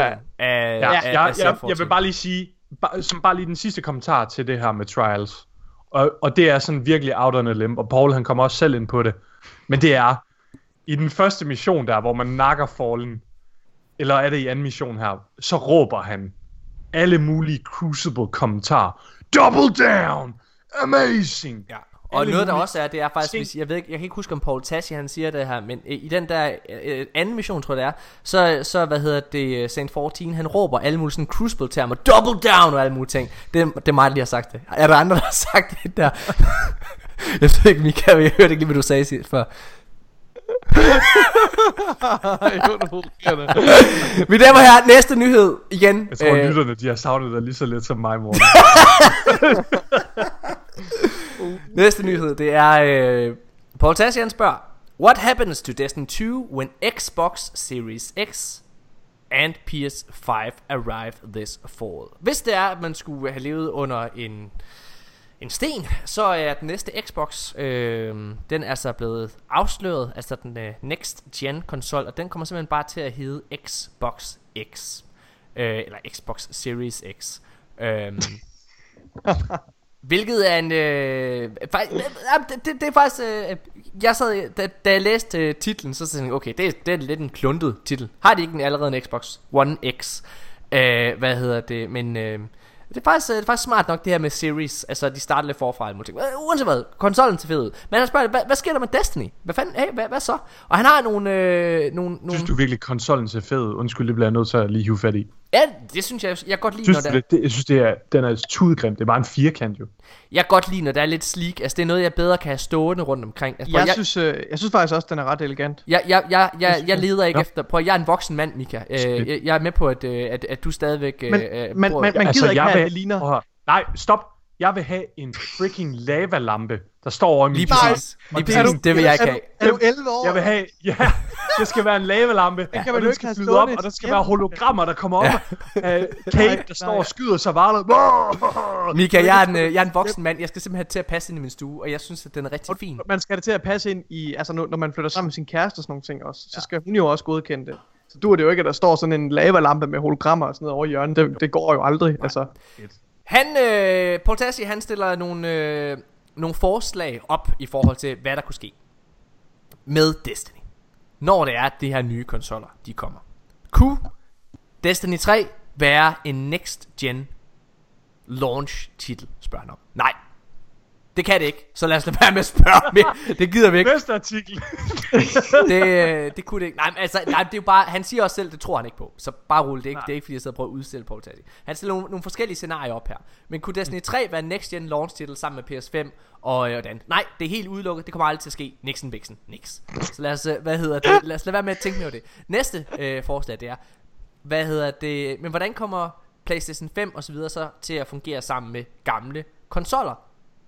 Jeg vil bare lige sige, bare lige den sidste kommentar til det her med Trials. Og det er sådan virkelig out on a limb, og Paul han kommer også selv ind på det. Men det er, i den første mission der, hvor man nakker Fallen, eller er det i anden mission her, så råber han alle mulige Crucible kommentarer. Double down! Amazing. Ja. Og noget der også er, det er faktisk, hvis, jeg kan ikke huske om Paul Tassi han siger det her, men i den der anden mission tror jeg det er, så Saint 14 han råber alle mulige sådan crucible termer, double down og alle mulige ting. Det er mig der lige har sagt det. Er der andre der har sagt det der? Jeg ved ikke, Mika, jeg hørte ikke lige hvad du sagde før. Mine damer og herrer, næste nyhed igen. Jeg tror lytterne de har savnet dig lige så lidt som mig, Morten. Næste nyhed, det er Paul Tassi spørger: What happens to Destiny 2 when Xbox Series X and PS5 arrive this fall? Hvis det er at man skulle have levet under en sten, så er den næste Xbox den er så blevet afsløret, altså den next gen konsol, og den kommer simpelthen bare til at hedde Xbox X eller Xbox Series X. Hvilket er en det er faktisk jeg sad da jeg læste titlen, så tænkte jeg okay, det er lidt en kluntet titel. Har de ikke allerede en Xbox One X? Men det er faktisk smart nok det her med Series. Altså de starter lidt forfra. Uanset hvad, konsollen til fed ud. Men han spørger, hvad sker der med Destiny? Hvad fanden, hvad så? Og han har nogle Synes du virkelig konsollen ser fed ud? Undskyld, det bliver jeg nødt til at lige hive fat i. Ja, det synes jeg godt lide, jeg synes den er tudegrim. Det er bare en firkant jo. Jeg kan godt lide, når der er lidt sleek. Altså det er noget jeg bedre kan have stående rundt omkring. Altså, jeg synes faktisk også den er ret elegant. Jeg leder ikke efter. Prøv, jeg er en voksen mand, Mika. Jeg er med på at du stadigvæk man gider ikke have det ligner. Nej, stop. Jeg vil have en freaking lavalampe, der står over i min bil. Det vil jeg ikke have. Er du 11 år? Jeg vil have, det skal være en lavalampe, og den skal flyde op, og der skal være hologrammer, der kommer op. Kate, der står og skyder sig bare. Mika, jeg er en voksen mand. Jeg skal simpelthen til at passe ind i min stue, og jeg synes, at den er rigtig fin. Man skal det til at passe ind i, altså når man flytter sammen med sin kæreste og sådan nogle ting også, så skal hun jo også godkende det. Så du er det jo ikke, at der står sådan en lavalampe med hologrammer og sådan noget over hjørnet. Det går jo aldrig, altså. Paul Tassi, han stiller nogle forslag op i forhold til, hvad der kunne ske med Destiny, når det er, at de her nye konsoller, de kommer. Kunne Destiny 3 være en next gen launch titel, spørger han om. Nej, det kan det ikke. Så lad os lade være med at spørge mere. Det gider vi ikke. Næste artikel. det kunne det ikke. Nej, det er jo bare. Han siger også selv, det tror han ikke på. Så bare rulle det ikke. Det er ikke fordi jeg sidder og prøver at udstille Paul Tassi. Han stiller nogle forskellige scenarier op her. Men kunne Destiny 3 være en next gen launch titel sammen med PS5 og den? Nej, det er helt udelukket. Det kommer aldrig til at ske. Nixon Bixen. Nix. Så lad os lad os lade være med at tænke mere over det. Næste forslag det er, men hvordan kommer PlayStation 5 og så videre så til at fungere sammen med gamle konsoller?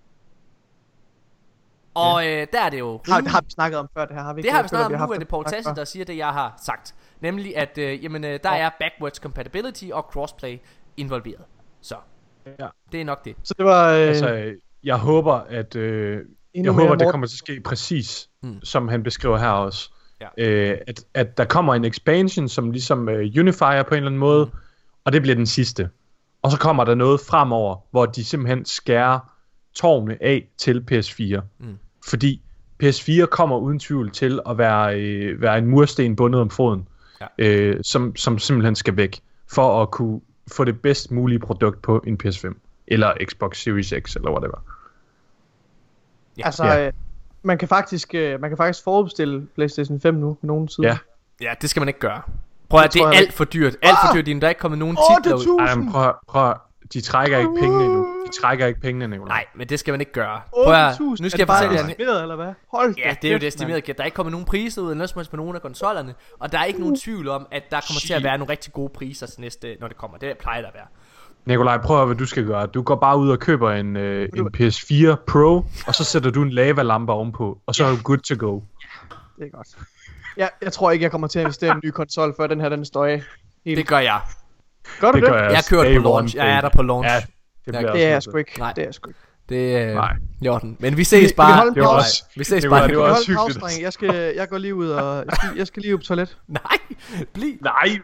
Og der er det jo har vi snakket om før det her, har vi ikke? Det har vi snakket om. Nu er det Paul Tassi, der siger det jeg har sagt. Nemlig at der er backwards compatibility og crossplay involveret. Så Ja. Det er nok det. Så det var... Altså, jeg håber, at det kommer til at ske præcis, som han beskriver her også. Ja. At der kommer en expansion, som ligesom unifier på en eller anden måde, og det bliver den sidste. Og så kommer der noget fremover, hvor de simpelthen skærer tårne af til PS4. Fordi PS4 kommer uden tvivl til at være en mursten bundet om foden, som simpelthen skal væk, for at kunne få det bedst mulige produkt på en PS5, eller Xbox Series X, eller whatever. Ja. Altså, man kan faktisk forudbestille PlayStation 5 nu på nogen side. Ja, det skal man ikke gøre. Prøv at det er alt for dyrt. Alt for dyrt, der er ikke kommet nogen titler ud. Ej, prøv. De trækker ikke pengene endnu. Nej, men det skal man ikke gøre. Prøv at, nu skal jeg fortælle jer. Estimeret, eller hvad? Hold da. Ja, det er jo det estimerede. Der er ikke kommet nogen priser ud, eller på nogle af konsollerne. Og der er ikke nogen tvivl om, at der kommer til at være nogle rigtig gode priser til næste, når det kommer. Det plejer der at være. Nikolaj, prøv at hvad du skal gøre. Du går bare ud og køber en PS4 Pro, og så sætter du en lavalampe ovenpå, og så er du good to go. Det er godt. Jeg tror ikke, jeg kommer til at investere i en ny konsol, før den står af. Det gør jeg. Gør du det? Jeg kører på launch. Jeg er der på launch. Ja, det er jeg sgu ikke. Nej. Det er jeg sgu ikke. Det er Jorden. Men vi ses bare. Vi ses bare. Det var også hyggeligt. Jeg går lige ud og jeg skal lige ud på toilet. Nej. Bliv. Nej.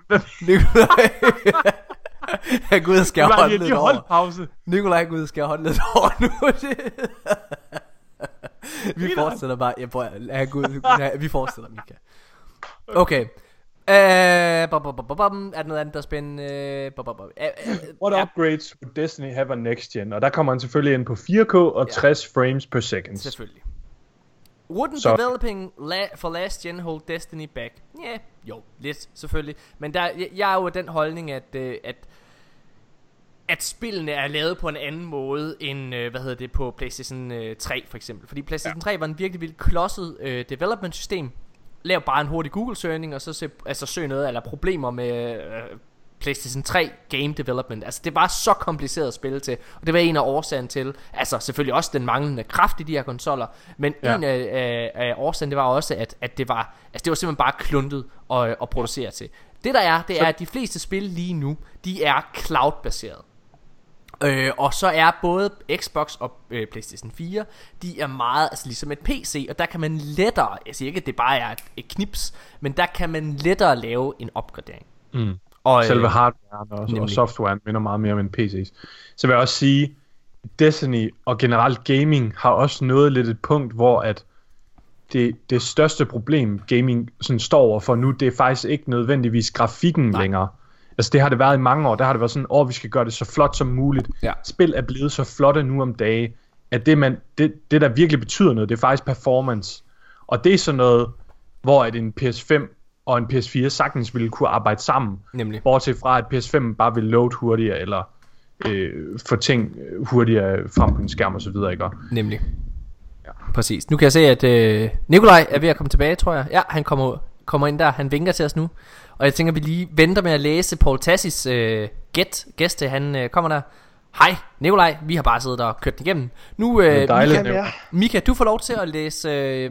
Jeg går ud og skal holde lidt over. Nikolaj går ud og skal holde lidt over nu. Vi fortsætter bare. Vi fortsætter, Mika. Okay. Er der noget andet, der er spændende? What upgrades would Destiny have on next gen? Og der kommer han selvfølgelig ind på 4K og 60 frames per second. Selvfølgelig. Wouldn't developing for last gen hold Destiny back? Ja, jo, lidt selvfølgelig. Men jeg er jo den holdning, at spillene er lavet på en anden måde end på PlayStation 3 for eksempel. Fordi PlayStation 3 var en virkelig vildt klodset development system. Lav bare en hurtig Google-søgning, og så søg noget eller problemer med PlayStation 3 game development. Altså det var så kompliceret at spille til, og det var en af årsagerne til, altså selvfølgelig også den manglende kraft i de her konsoller, men en af årsagen, det var også, at det var simpelthen bare kluntet at producere til. Det er, at de fleste spil lige nu, de er cloud-baseret. Og så er både Xbox og PlayStation 4, de er meget ligesom et PC, og der kan man lettere, jeg siger ikke at det bare er et knips, men der kan man lettere lave en opgradering. Og selve hardwaren og softwaren minder meget mere om en PC's. Så vil jeg også sige, Destiny og generelt gaming har også nået lidt et punkt, hvor at det største problem gaming sådan står overfor nu, det er faktisk ikke nødvendigvis grafikken længere. Altså det har det været i mange år. Der har det været sådan, vi skal gøre det så flot som muligt. Spil er blevet så flotte nu om dage, at det der virkelig betyder noget, det er faktisk performance. Og det er sådan noget, hvor at en PS5 og en PS4 sagtens ville kunne arbejde sammen. Nemlig. Bortset fra at PS5 bare vil load hurtigere, eller få ting hurtigere frem på en skærm og så videre, ikke? Nemlig. Ja. Præcis. Nu kan jeg se at Nikolaj er ved at komme tilbage, tror jeg. Ja, han kommer ind der. Han vinker til os nu. Og jeg tænker, vi lige venter med at læse Paul Tassis gæst til han kommer der. Hej Nikolaj, vi har bare siddet og kørt den igennem. Nu Mika, du får lov til at læse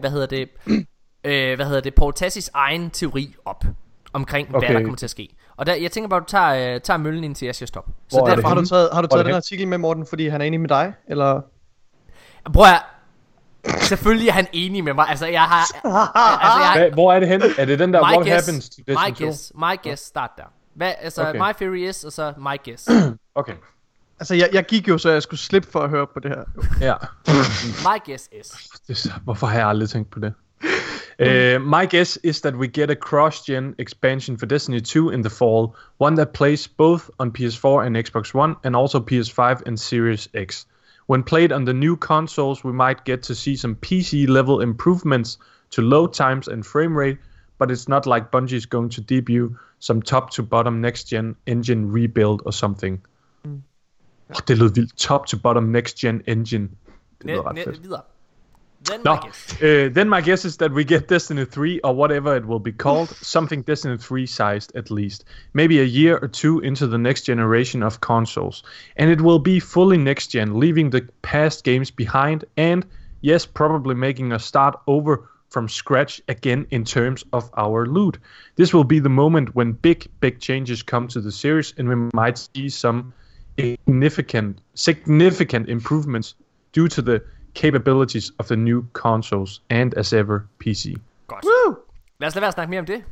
Paul Tassis egen teori op omkring hvad der kommer til at ske. Og jeg tænker bare, du tager møllen ind til jeg siger stop. Så derfor har du taget den artikel med, Morten, fordi han er enig med dig, eller? Prøv at selvfølgelig er han enig med mig. Altså jeg har hvor er det henne? Er det den der what happens to Destiny 2? My guess start der. My theory is, og så my guess. Okay. Altså jeg gik jo, så jeg skulle slippe for at høre på det her. Ja. My guess is. Hvorfor har jeg aldrig tænkt på det? My guess is that we get a cross-gen expansion for Destiny 2 in the fall, one that plays both on PS4 and Xbox One, and also PS5 and Series X. When played on the new consoles, we might get to see some PC-level improvements to load times and frame rate, but it's not like Bungie's going to debut some top-to-bottom next-gen engine rebuild or something. Det lød vildt. Top-to-bottom next-gen engine. Det lyder ret fedt. Then my guess is that we get Destiny 3 or whatever it will be called, something Destiny 3 sized at least, maybe a year or two into the next generation of consoles, and it will be fully next gen, leaving the past games behind, and yes, probably making us start over from scratch again in terms of our loot. This will be the moment when big changes come to the series, and we might see some significant improvements due to the capabilities of the new consoles and as ever PC. Godt. Lad os lade være at snakke mere om det.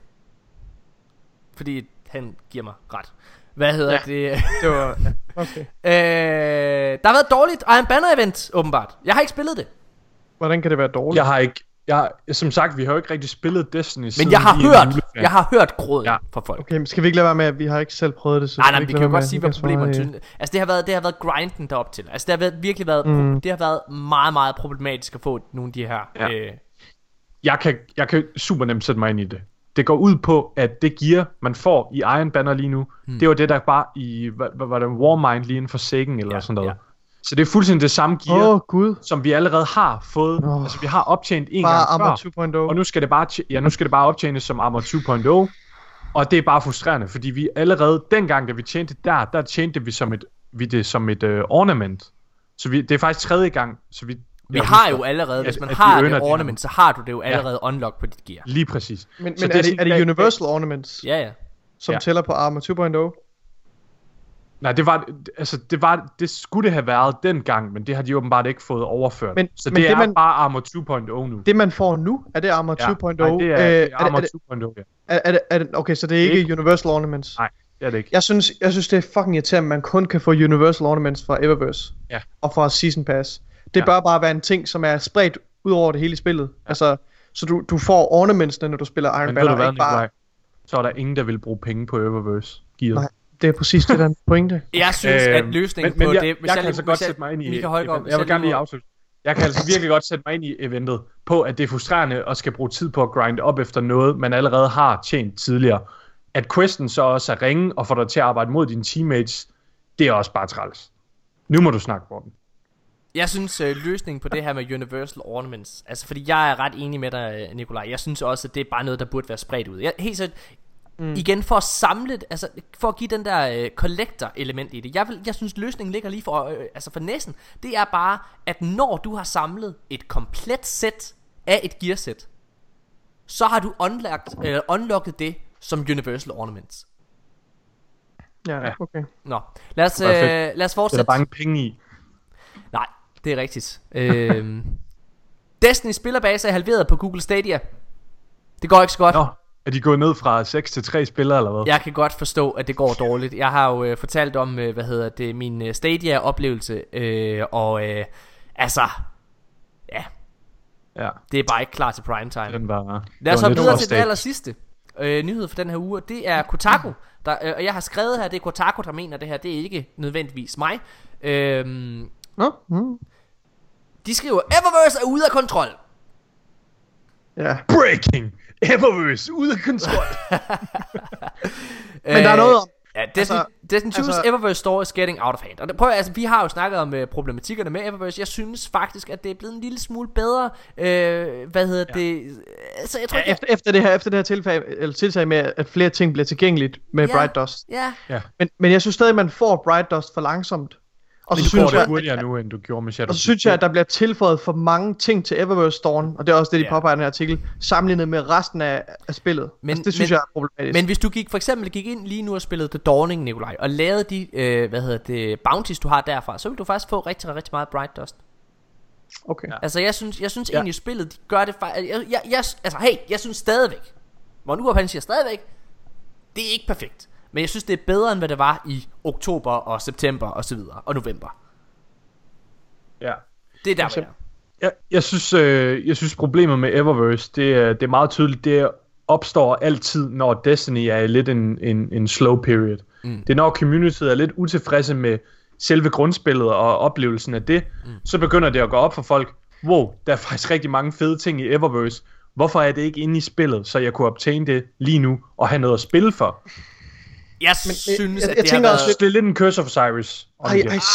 Fordi han giver mig ret. Hvad hedder det? Det var... Okay. Der har været et dårligt Iron Banner event, åbenbart. Jeg har ikke spillet det. Hvordan kan det være dårligt? Som sagt, vi har jo ikke rigtig spillet Destiny siden. Men jeg har hørt gråden fra folk. Okay, men skal vi ikke lade være med, at vi har ikke selv prøvet det? Så nej, vi kan jo godt sige, hvad problemerne er. Altså, det har været grinden derop til. Altså, det har virkelig været, det har været meget, meget problematisk at få nogle af de her... Jeg kan super nemt sætte mig ind i det. Det går ud på, at det gear, man får i Iron Banner lige nu, det var det, der bare i, hvad var det, Warmind lige inden for Forsaken eller sådan noget. Ja. Så det er fuldstændig det samme gear, som vi allerede har fået. Altså, vi har optjent en gang før, og nu skal det bare optjenes som Armor 2.0. Og det er bare frustrerende, fordi vi allerede dengang, da vi tjente der tjente vi som et ornament. Så det er faktisk tredje gang, så vi har jo allerede, hvis man har et ornament, så har du det jo allerede unlocked på dit gear. Lige præcis. Men er det universal ornaments? Ja. Som tæller på Armor 2.0? Nej, det skulle det have været dengang, men det har de åbenbart ikke fået overført. Så det er bare Armor 2.0 nu. Det man får nu, er det Armor 2.0? Nej, det er Armor 2.0, ja. Okay, så det er ikke universal ornaments? Nej, det er det ikke. Jeg synes det er fucking irriterende, at man kun kan få universal ornaments fra Eververse. Ja. Og fra Season Pass. Det bør bare være en ting, som er spredt ud over det hele spillet. Ja. Altså, så du får ornamentsene, når du spiller Iron Banner. Men bare... så er der ingen, der vil bruge penge på Eververse gear. Nej, det er præcis det, der er pointe. Jeg synes, at løsningen på det... Jeg kan altså godt sætte mig ind i... Jeg vil gerne lige afslutte. Jeg kan altså virkelig godt sætte mig ind i eventet på, at det er frustrerende at skal bruge tid på at grinde op efter noget, man allerede har tjent tidligere. At questen så også er ringe og får dig til at arbejde mod dine teammates, det er også bare træls. Nu må du snakke på den. Jeg synes løsningen på det her med Universal Ornaments, altså fordi jeg er ret enig med dig, Nikolaj. Jeg synes også, at det er bare noget, der burde være spredt ud. Helt så igen for at samle det, altså for at give den der collector element i det. Jeg synes løsningen ligger lige for næsen. Det er bare, at når du har samlet et komplet sæt af et gearsæt, så har du unlocket det som Universal Ornaments. Ja, okay. Nå, lad os fortsætte. Det er bange penge i. Nej, det er rigtigt. Destiny spillerbase er halveret på Google Stadia. Det går ikke så godt. Nå, er de gået ned fra 6 til 3 spillere eller hvad? Jeg kan godt forstå, at det går dårligt. Jeg har jo fortalt om, min Stadia-oplevelse. Det er bare ikke klar til primetime. Lad os hoppe videre til den aller sidste nyhed for den her uge. Det er Kotaku. Og jeg har skrevet her, det er Kotaku, der mener det her. Det er ikke nødvendigvis mig. De skriver, Eververse er ude af kontrol. Ja. Breaking! Eververse ude af kontrol. Men der er noget om... Ja, Destiny 2's Eververse store is getting out of hand. Og vi har jo snakket om problematikkerne med Eververse. Jeg synes faktisk, at det er blevet en lille smule bedre. Det? Altså, jeg tror, efter det her tiltag med, at flere ting bliver tilgængeligt med Bright Dust. Ja. Men jeg synes stadig, man får Bright Dust for langsomt. Og så synes jeg, hurtigere nu, end du gjorde med Shadow. Og så synes jeg, at der bliver tilføjet for mange ting til Eververse Storen, og det er også det, de påpeger i den her artikel, sammenlignet med resten af spillet. Det synes jeg er problematisk. Men hvis du for eksempel gik ind lige nu og spillede The Dawning, Nikolaj, og lavede de bounties, du har derfra, så vil du faktisk få rigtig, rigtig meget Bright Dust. Okay. Altså jeg synes egentlig, spillet de gør det jeg synes stadigvæk, hvor nu han siger stadigvæk, det er ikke perfekt. Men jeg synes det er bedre end hvad det var i oktober og september og så videre og november. Ja. Det er der hvor jeg synes problemet med Eververse det er meget tydeligt. Det opstår altid når Destiny er lidt en slow period. Det er når communityet er lidt utilfredse med selve grundspillet og oplevelsen af det, så begynder det at gå op for folk. Wow, der er faktisk rigtig mange fede ting i Eververse. Hvorfor er det ikke inde i spillet, så jeg kunne obtæne det lige nu og have noget at spille for? Jeg synes, at det har været... Det er lidt en Curse of Osiris. Har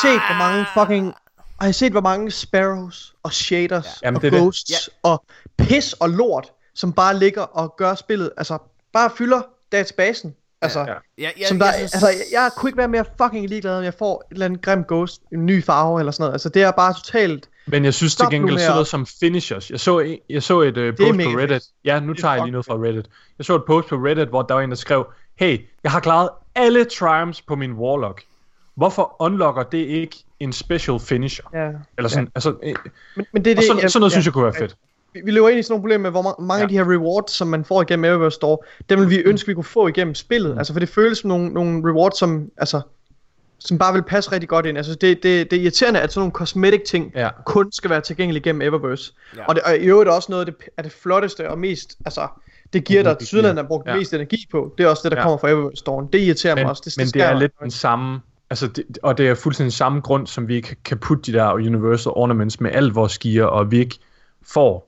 I set, hvor mange Sparrows og Shaders og Ghosts og pis og lort, som bare ligger og gør spillet, altså bare fylder databasen. Altså, jeg kunne ikke være mere fucking ligeglad, om jeg får et eller andet grim ghost, en ny farve eller sådan noget. Altså det er bare totalt... Men jeg synes til gengæld sådan noget som finishers. Jeg så et post på Reddit. Ja, nu tager jeg lige noget fra Reddit. Jeg så et post på Reddit, hvor der var en, der skrev, hey, jeg har klaret alle triumphs på min Warlock. hvorfor unlocker det ikke en special finisher? Ja. Eller sådan, altså... Men det, sådan noget synes jeg kunne være fedt. Vi løber ind i sådan nogle problemer med, hvor mange af de her rewards, som man får igennem Eververse Store, dem vil vi ønske, vi kunne få igennem spillet. Altså, for det føles som nogle rewards, som bare vil passe rigtig godt ind. Altså, det er irriterende, at sådan nogle cosmetic ting kun skal være tilgængelige gennem Eververse. Ja. Og i øvrigt også noget af det flotteste og mest, altså, det giver dig tydeligt, at brugt mest energi på. Det er også det, der kommer fra Eververse Store. Det irriterer mig også. Men det er lidt den samme, altså, og det er fuldstændig samme grund, som vi ikke kan putte de der Universal Ornaments med alt vores gear, og vi ikke får...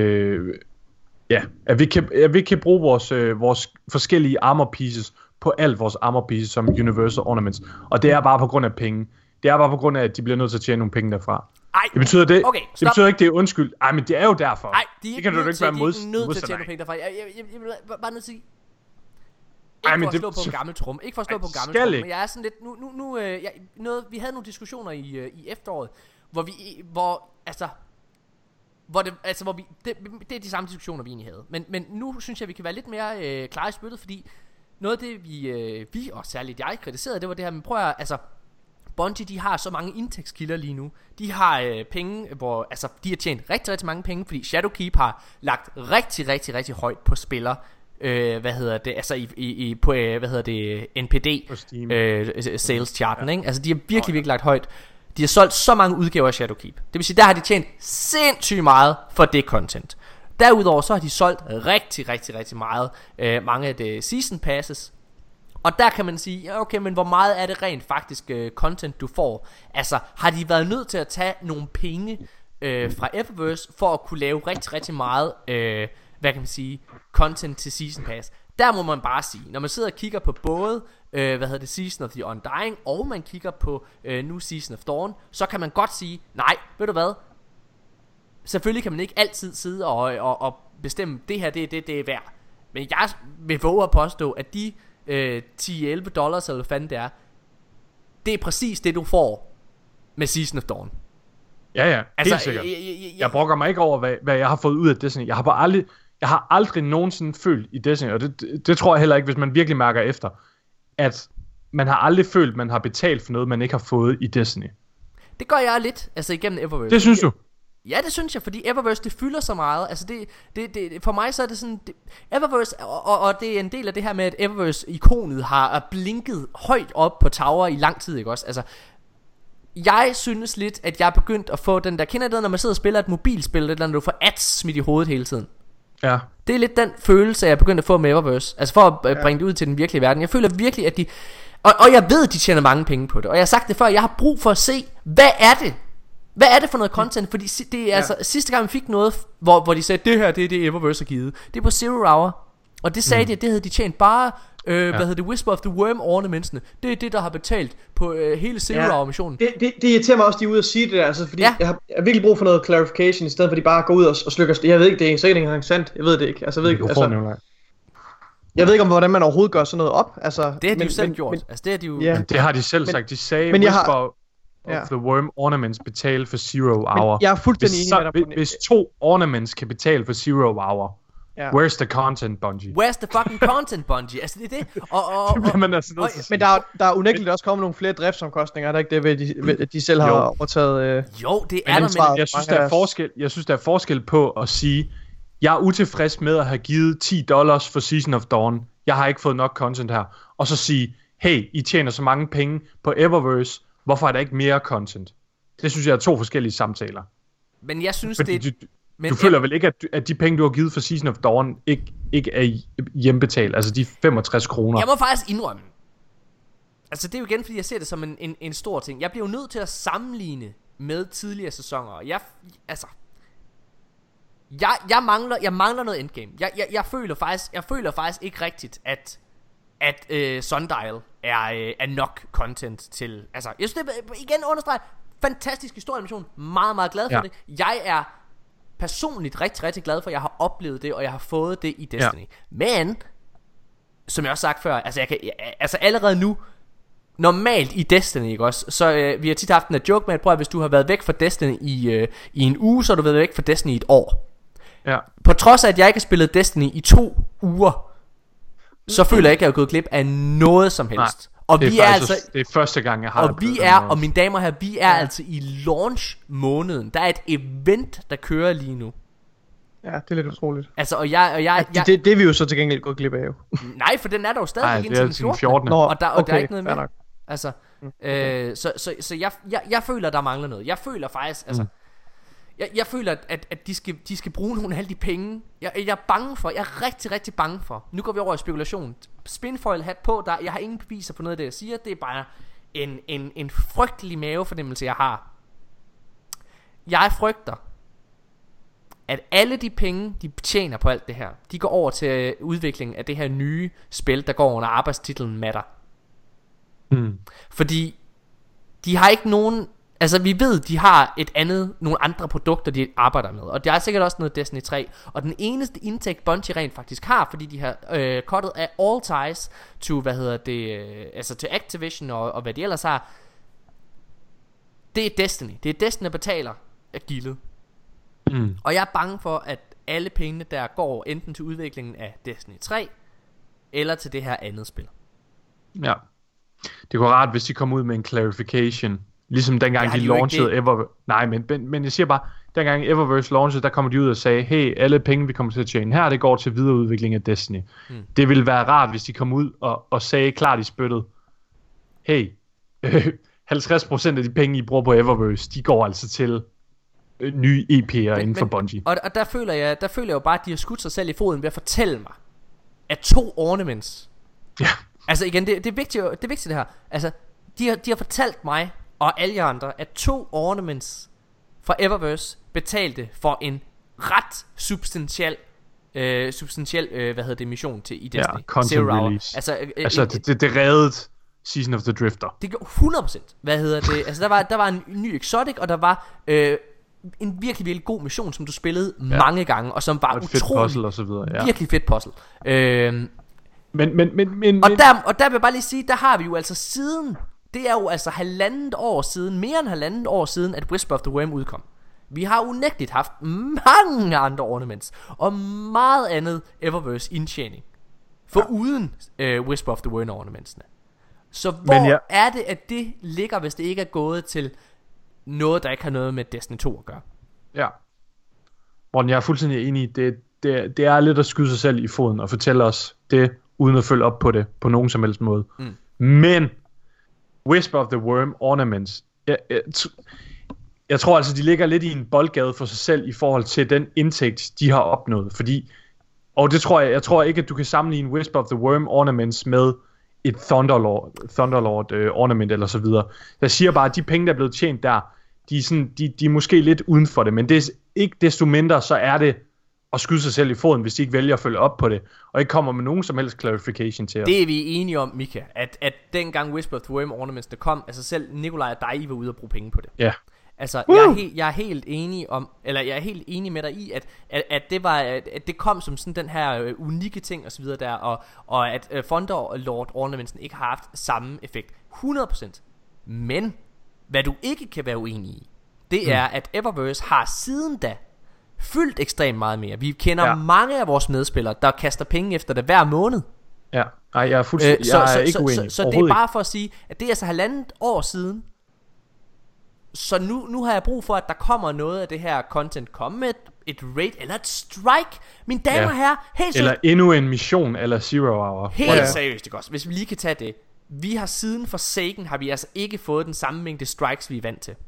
at vi kan bruge vores forskellige armor pieces på alt vores armor pieces som Universal Ornaments. Og det er bare på grund af penge. Det er bare på grund af, at de bliver nødt til at tjene nogle penge derfra. Det betyder det. Okay, det betyder ikke, det er undskyld. Ej, men det er jo derfor. Ej, det kan du ikke være modstander. De er nødt til at tjene nogle penge derfra. Jeg vil bare nødt til at sige... Ikke for at slå på en gammel trum. Ikke for at slå på en gammel trum. Men jeg er sådan lidt... vi havde nogle diskussioner i efteråret, det er de samme diskussioner, vi egentlig havde. Men nu synes jeg, vi kan være lidt mere klare i spyttet, fordi noget af det, vi og særligt jeg kritiserede, det var det her, men prøv at, altså, Bungie, de har så mange indtægtskilder lige nu. De har penge, hvor, altså, de har tjent rigtig, rigtig mange penge, fordi Shadowkeep har lagt rigtig, rigtig, rigtig højt på spiller. NPD sales charten, ikke? Altså, de har virkelig lagt højt. De har solgt så mange udgaver af Shadowkeep. Det vil sige, der har de tjent sindssygt meget for det content. Derudover så har de solgt rigtig, rigtig, rigtig meget mange af det season passes. Og der kan man sige, okay, men hvor meget er det rent faktisk content du får? Altså, har de været nødt til at tage nogle penge fra Eververse for at kunne lave rigtig, rigtig meget, hvad kan man sige, content til season pass? Der må man bare sige, når man sidder og kigger på både Season of the Undying, og man kigger på nu Season of Dawn, så kan man godt sige, nej, ved du hvad, selvfølgelig kan man ikke altid sidde og bestemme, det her det er værd. Men jeg vil våge at påstå, at de $10-11, eller hvad fanden det er præcis det du får med Season of Dawn. Ja, altså, helt sikkert. Jeg brokker mig ikke over, hvad jeg har fået ud af Destiny. Jeg har aldrig nogensinde følt i Destiny, og det tror jeg heller ikke, hvis man virkelig mærker efter, at man har aldrig følt, at man har betalt for noget, man ikke har fået i Destiny. Det gør jeg lidt, altså igennem Eververse. Det synes du? Ja, det synes jeg, fordi Eververse, det fylder så meget. Altså for mig så er det sådan Eververse, og det er en del af det her med, at Eververse-ikonet har blinket højt op på tower i lang tid, ikke også? Altså, jeg synes lidt, at jeg er begyndt at få den der, kender det, når man sidder og spiller et mobilspil, eller når du får ads smidt i hovedet hele tiden. Ja. Det er lidt den følelse, jeg er begyndt at få med Eververse. Altså for at bringe det ud til den virkelige verden. Jeg føler virkelig, at de... Og jeg ved, at de tjener mange penge på det. Og jeg har sagt det før, jeg har brug for at se, hvad er det? Hvad er det for noget content? Fordi det er altså sidste gang vi fik noget, hvor de sagde, det her det er det Eververse har givet. Det er på Zero Hour. Og det sagde de, at det havde de tjent bare Whisper of the Worm ornamentsene. Det er det, der har betalt på hele Zero Hour missionen. Det irriterer mig også, de er ude at sige det der, altså, fordi jeg har virkelig brug for noget clarification, i stedet for at de bare går ud og slukker. Jeg ved ikke, det er sikkert ikke engang sandt. Jeg ved det ikke. Altså, jeg ved ikke om, hvordan man overhovedet gør sådan noget op. Altså, det har de jo selv gjort. Altså, det har de jo... Det har de selv sagt. De sagde, Whisper of the Worm ornaments betale for Zero Hour. Jeg er fuldstændig enig med dig. Hvis 2 ornaments kan betale for Zero Hour, where's the content, Bungie? Where's the fucking content, Bungie? Altså det er det. Det bliver man altså nødt til at sige. Men der er unægteligt også kommet nogle flere driftsomkostninger. Er der ikke det ved, de selv har overtaget? Jo, det er der, men jeg synes der er forskel på at sige, jeg er utilfreds med at have givet $10 for Season of Dawn. Jeg har ikke fået nok content her. Og så sige, hey, I tjener så mange penge på Eververse. Hvorfor er der ikke mere content? Det synes jeg er 2 forskellige samtaler. Men jeg synes du føler vel ikke, at de penge, du har givet for Season of Dawn, ikke er hjembetalt? Altså de 65 kroner. Jeg må faktisk indrømme. Altså det er jo igen, fordi jeg ser det som en stor ting. Jeg bliver jo nødt til at sammenligne med tidligere sæsoner. Jeg mangler noget endgame. Jeg føler faktisk ikke rigtigt, at Sundial er nok content til. Altså jeg synes det igen understreger, fantastisk historiemission. Meget, meget glad for det. Jeg er personligt rigtig, rigtig glad for, at jeg har oplevet det, og jeg har fået det i Destiny. Men som jeg også sagt før, altså allerede nu, normalt i Destiny, ikke også? Så vi har tit haft en joke med, at hvis du har været væk fra Destiny i en uge, så har du været væk fra Destiny i et år. Ja. På trods af, at jeg ikke har spillet Destiny i 2 uger, så føler jeg ikke, at jeg er gået glip af noget som helst. Og vi er altså det er første gang jeg har. Og vi er, og mine damer og herrer, vi er altså i launch måneden. Der er et event der kører lige nu. Ja, det er lidt utroligt. Altså, og jeg det er vi jo så til gengæld gået glip af jo. Nej, for den er der jo stadig indtil den 14. Nå, og der er ikke noget med. med. Altså, så jeg føler der mangler noget. Jeg føler faktisk, altså, jeg føler at de skal bruge nogle af alle de penge. Jeg er bange for. Jeg er rigtig, rigtig bange for. Nu går vi over i spekulation. Spinfoil hat på. Jeg har ingen beviser på noget af det jeg siger. Det er bare en frygtelig mavefornemmelse jeg har. Jeg frygter at alle de penge de tjener på alt det her, de går over til udviklingen af det her nye spil, der går under arbejdstitlen Matter. Fordi de har ikke nogen, altså vi ved de har nogle andre produkter de arbejder med. Og der er sikkert også noget Destiny 3. Og den eneste indtægt Bungie rent faktisk har, fordi de har cuttet af all ties to, altså til Activision og hvad de ellers har, det er Destiny. Det er Destiny der betaler af gildet. Og jeg er bange for at alle pengene der går enten til udviklingen af Destiny 3 eller til det her andet spil. Ja. Det går rart hvis de kommer ud med en clarification. Ligesom dengang de launchede Nej, men jeg siger bare, dengang Eververse launchede, der kommer de ud og sagde, hey, alle penge vi kommer til at tjene her, det går til videreudvikling af Destiny. Det ville være rart hvis de kom ud og sagde klart i spyttet, hey, 50% af de penge I bruger på Eververse, de går altså til nye EP'er inden for Bungie. Og der føler jeg jo bare at de har skudt sig selv i foden ved at fortælle mig at 2 ornaments. Ja. Altså igen, det er vigtigt det her. Altså de har fortalt mig og alle jer andre at 2 ornaments fra Eververse betalte for en ret substantiel mission til i Destiny. Ja, content release. Altså det reddede Season of the Drifter. Det gjorde 100%. Altså der var en ny exotic, og der var en virkelig virkelig god mission som du spillede mange gange, og som var utrolig og så videre, virkelig fedt puzzle. Men og der vil jeg bare lige sige, der har vi jo altså siden, det er jo altså mere end 1,5 år siden at Whisper of the Worm udkom. Vi har unægteligt haft mange andre ornaments og meget andet Eververse indtjening foruden Whisper of the Worm ornamentsene. Så hvor er det at det ligger, hvis det ikke er gået til noget der ikke har noget med Destiny 2 at gøre? Ja, Morten, jeg er fuldstændig enig i det er lidt at skyde sig selv i foden og fortælle os det uden at følge op på det på nogen som helst måde. Men Whisper of the Worm ornaments, jeg tror altså de ligger lidt i en boldgade for sig selv i forhold til den indtægt de har opnået, fordi, og det tror jeg tror ikke at du kan sammenligne Whisper of the Worm ornaments med et Thunderlord ornament eller så videre. Jeg siger bare at de penge der er blevet tjent der, de er måske lidt uden for det, men det er ikke desto mindre så er det at skyde sig selv i foden, hvis de ikke vælger at følge op på det, og ikke kommer med nogen som helst clarification til os. Det er vi enige om, Mika, at dengang Whisper of the Worm ornaments der kom, altså selv Nikolaj og dig var ude at bruge penge på det. Ja. Altså, jeg er helt enig om, eller jeg er helt enig med dig i, at det kom som sådan den her unikke ting og så videre der, og at Thunderlord ornamentsen ikke har haft samme effekt. 100%. Men hvad du ikke kan være uenig i, det er at Eververse har siden da fyldt ekstremt meget mere. Vi kender mange af vores medspillere, der kaster penge efter det hver måned. Ja, nej, jeg er fuldstændig jeg er ikke uenig. Så det er bare for at sige, at det er altså 1,5 år siden. Så nu har jeg brug for at der kommer noget af det her content. Komme med et raid eller et strike. Mine damer og herrer, helt eller endnu en mission eller Zero Hour. Helt seriøst, ikke også? Hvis vi lige kan tage det. Vi har siden Forsaken har vi altså ikke fået den samme mængde strikes vi er vant til.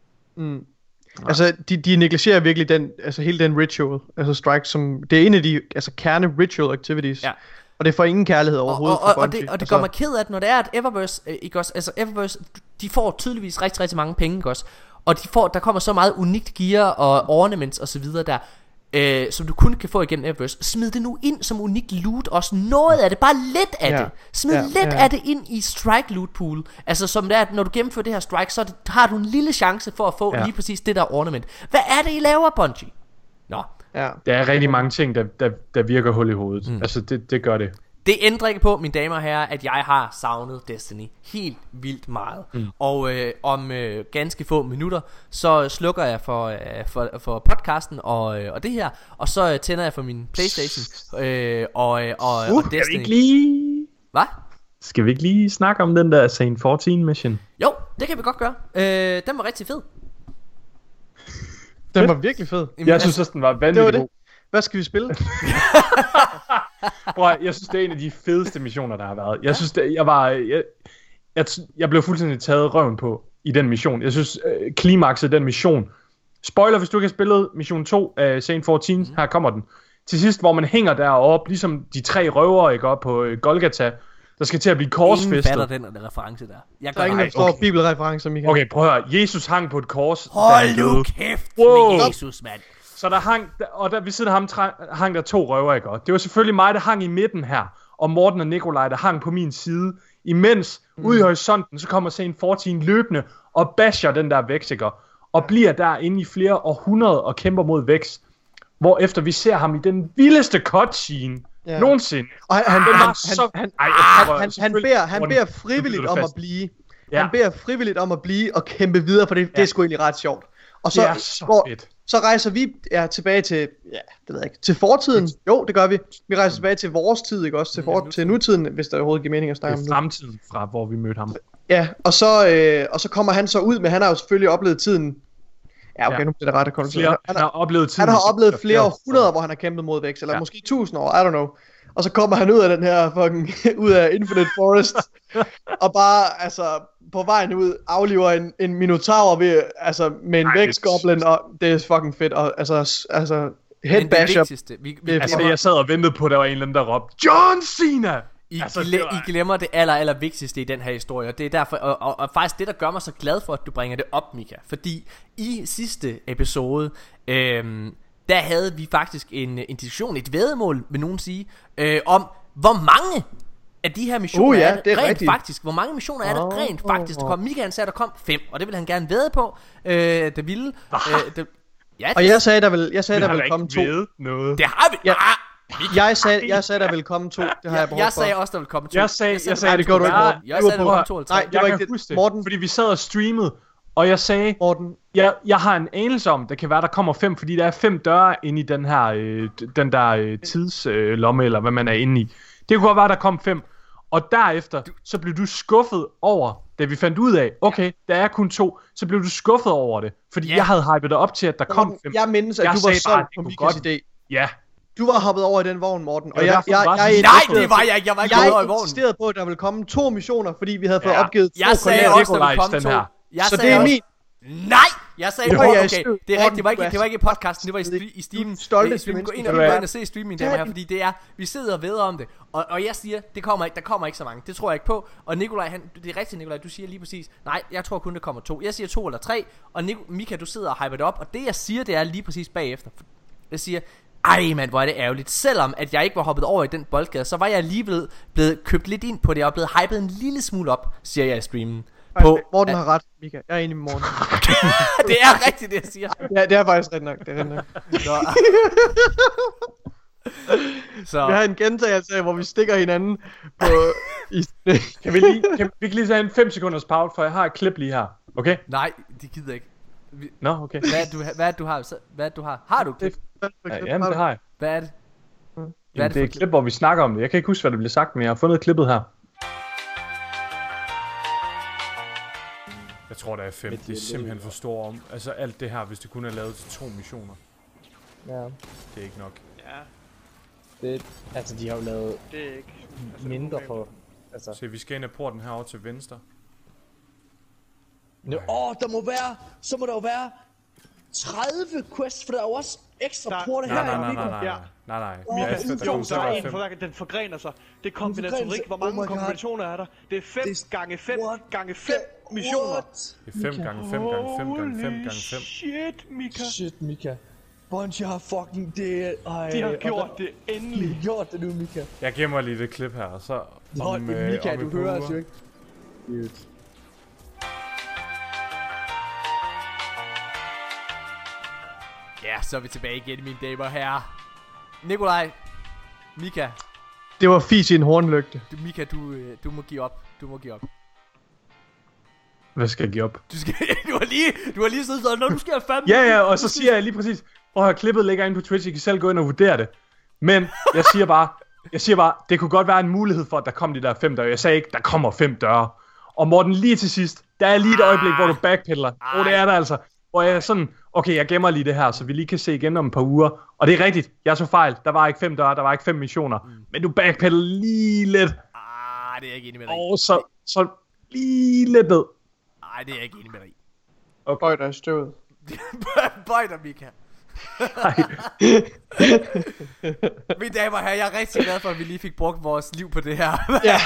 Altså de negligerer virkelig den, altså hele den ritual, altså strike som det er en af de altså kerne ritual activities. Ja. Og det får ingen kærlighed overhovedet for Bungie. Og det gør mig ked af, at når det er at Eververse, ikke også, altså Eververse, de får tydeligvis rigtig rigtig mange penge, ikke også? Og der kommer så meget unikt gear og ornaments og så videre der, som du kun kan få igennem Eververse. Smid det nu ind som unikt loot også. Noget af det, bare lidt af det. Smid lidt af det ind i strike loot pool. Altså som det er, at når du gennemfører det her strike, så har du en lille chance for at få lige præcis det der ornament. Hvad er det I laver, Bungie? Nå. Ja. Der er rigtig mange ting der virker hul i hovedet. Altså det gør det. Det ændrer ikke på, mine damer og herrer, at jeg har savnet Destiny helt vildt meget. Og om ganske få minutter, så slukker jeg for podcasten og det her, og så tænder jeg for min PlayStation og Destiny. Ikke lige. Hvad? Skal vi ikke lige snakke om den der Saint 14 mission? Jo, det kan vi godt gøre. Den var rigtig fed. Den var virkelig fed. Jeg synes også, den var vanvittig god. Hvad skal vi spille? Bror, jeg synes, det er en af de fedeste missioner, der har været. Jeg synes, jeg blev fuldstændig taget røven på i den mission. Jeg synes, klimakset den mission. Spoiler, hvis du ikke har spillet mission 2 af Saint 14, her kommer den. Til sidst, hvor man hænger deroppe, ligesom de 3 røvere, ikke, op på Golgata, der skal til at blive korsfæstet. Ingen fatter den reference der. Der er ingen, der forstår bibelreferencer, Michael. Okay, prøv at høre. Jesus hang på et kors. Hold nu kæft med Jesus, mand. Så der hang, og der ved siden af ham hang der 2 røver, ikke? Det var selvfølgelig mig, der hang i midten her, og Morten og Nikolaj, der hang på min side. Imens, ude i horisonten, så kommer Saint 14 løbende og basher den der Vex, ikke? Og bliver derinde i flere århundreder og kæmper mod Vex. Hvorefter vi ser ham i den vildeste cutscene nogensinde. Og han beder frivilligt om at blive. Han beder frivilligt om at blive og kæmpe videre, for det er sgu egentlig ret sjovt. Og så, så rejser vi tilbage til, det ved jeg ikke, til fortiden. Jo, det gør vi. Vi rejser tilbage til vores tid, ikke også? Til nutiden, hvis der overhovedet giver mening at snakke om det. Fremtiden fra, hvor vi mødte ham. Ja, og så kommer han så ud, men han har jo selvfølgelig oplevet tiden. Ja, okay, nu bliver det ret at konstatere. Han har oplevet tiden. Han har oplevet flere århundreder, hvor han har kæmpet mod Vex, eller måske 1000 år, I don't know. Og så kommer han ud af den her fucking, ud af Infinite Forest, og bare, altså, på vejen ud, afliver en minotaur ved, altså, med en Vex-goblin, og det er fucking fedt, og altså, headbasher. Jeg sad og ventede på, at der var en eller anden, der råbte, John Cena! I glemmer det aller vigtigste i den her historie, og det er derfor, og faktisk det, der gør mig så glad for, at du bringer det op, Mika. Fordi i sidste episode, der havde vi faktisk en diskussion, et væddemål, vil nogen sige, om hvor mange af de her missioner er det rent faktisk. Hvor mange missioner er det rent faktisk, der kom. Mika han sagde, der kom 5, og det ville han gerne vædde på. Det ville. Og jeg sagde, der ville komme 2. Noget. Det har vi. Ja. Jeg sagde der ville komme 2. Det har jeg jeg sagde også der ville komme 2. Jeg sagde det gjorde du ikke, Morten. Jeg sagde der ville komme 2 eller 3. Nej, det var ikke det, Morten. Fordi vi sad og streamede, og jeg sagde, Morten, jeg har en anelse om, det kan være der kommer 5, fordi der er 5 døre inde i den her tidslomme, eller hvad man er inde i. Det kunne godt være, der kom 5. Og derefter, så blev du skuffet over, da vi fandt ud af, okay, der er kun 2, så blev du skuffet over det, fordi jeg havde hypet dig op til, at der kom 5. Jeg mindes, at du var solgt på Mikas idé. Ja. Du var hoppet over i den vogn, Morten. Og nej, det var jeg ikke. Jeg var ikke over i vognen. Jeg insisterede på, at der ville komme 2 missioner, fordi vi havde fået opgivet 2 Jeg sagde også, der ville komme 2. Så det er min. Nej! Jeg sagde, okay, det er rigtigt, det var ikke i podcasten, det var i streamen. Gå ind og se streaming der her, fordi det er, vi sidder og ved om det. Og jeg siger, der kommer ikke så mange, det tror jeg ikke på. Og Nikolaj, det er rigtigt, Nikolaj, du siger lige præcis, nej, jeg tror kun, der kommer 2. Jeg siger 2 eller 3, og Mika, du sidder og hyper det op, og det jeg siger, det er lige præcis bagefter. Jeg siger, ej mand, hvor er det ærgerligt. Selvom at jeg ikke var hoppet over i den boldgade, så var jeg lige blevet købt lidt ind på det, og blevet hypet en lille smule op, siger jeg i streamen. Morten har ret, Mika. Jeg er enig med Morten. Det er rigtigt, det jeg siger. Ja, det er faktisk ret nok. Så. Vi har en gentagelse af, hvor vi stikker hinanden på... Kan vi lige tage en 5 sekunders pause, for jeg har et klip lige her. Okay? Nej, det gider ikke. Nå, okay. Hvad er det, du har? Har du et klip? Jamen, det har jeg. Hvad er det? Det er et klip, hvor vi snakker om det. Jeg kan ikke huske, hvad det blev sagt, men jeg har fundet klippet her. Jeg tror, der er 5. Det er simpelthen for stor om. Altså alt det her, hvis det kun er lavet til 2 missioner. Ja. Det er ikke nok. Ja. Altså, de har jo lavet mindre for... Altså. Se, vi skal ind ad porten herovre til venstre. Der må være... Så må der jo være 30 quests, for der er jo også ekstra porter her. Nej. Der er en for den forgrener sig. Det er kombinatorik. Hvor mange kombinationer er der? Det er 5 gange 5 gange 5 missioner. Det er 5 gange 5 gange 5 gange 5 gange 5. Shit, Mika. Bungie har fucking det. De har gjort det endelig. De har gjort det nu, Mika. Jeg gemmer lige det klip her, og så... Mika, du hører os jo ikke. Ja, så er vi tilbage igen, mine damer og herrer. Nikolaj, Mika. Det var fis i en hornlygte. Mika, du må give op. Du må give op. Hvad skal jeg give op? Du har lige siddet sådan, når du skal fandme... Ja, og så siger jeg lige præcis, klippet ligger inde på Twitch, I kan selv gå ind og vurdere det. Men jeg siger bare, Jeg siger bare, det kunne godt være en mulighed for, at der kom de der 5 døre. Jeg sagde ikke, der kommer 5 døre. Og Morten, lige til sidst, der er lige et øjeblik, hvor du backpedler. Det er der altså. Hvor jeg er sådan, okay, jeg gemmer lige det her, så vi lige kan se igen om et par uger. Og det er rigtigt, jeg så fejl. Der var ikke 5 døre, der var ikke 5 missioner. Men du backpedler lige lidt. Det er jeg ikke enig med dig. Og så lige lidt ned. Nej, det er jeg ikke enig med dig. Okay. Bøj dig i støvet. Bøj dig, Mika. Mine damer og herrer, jeg er rigtig glad for, at vi lige fik brugt vores liv på det her. Ja.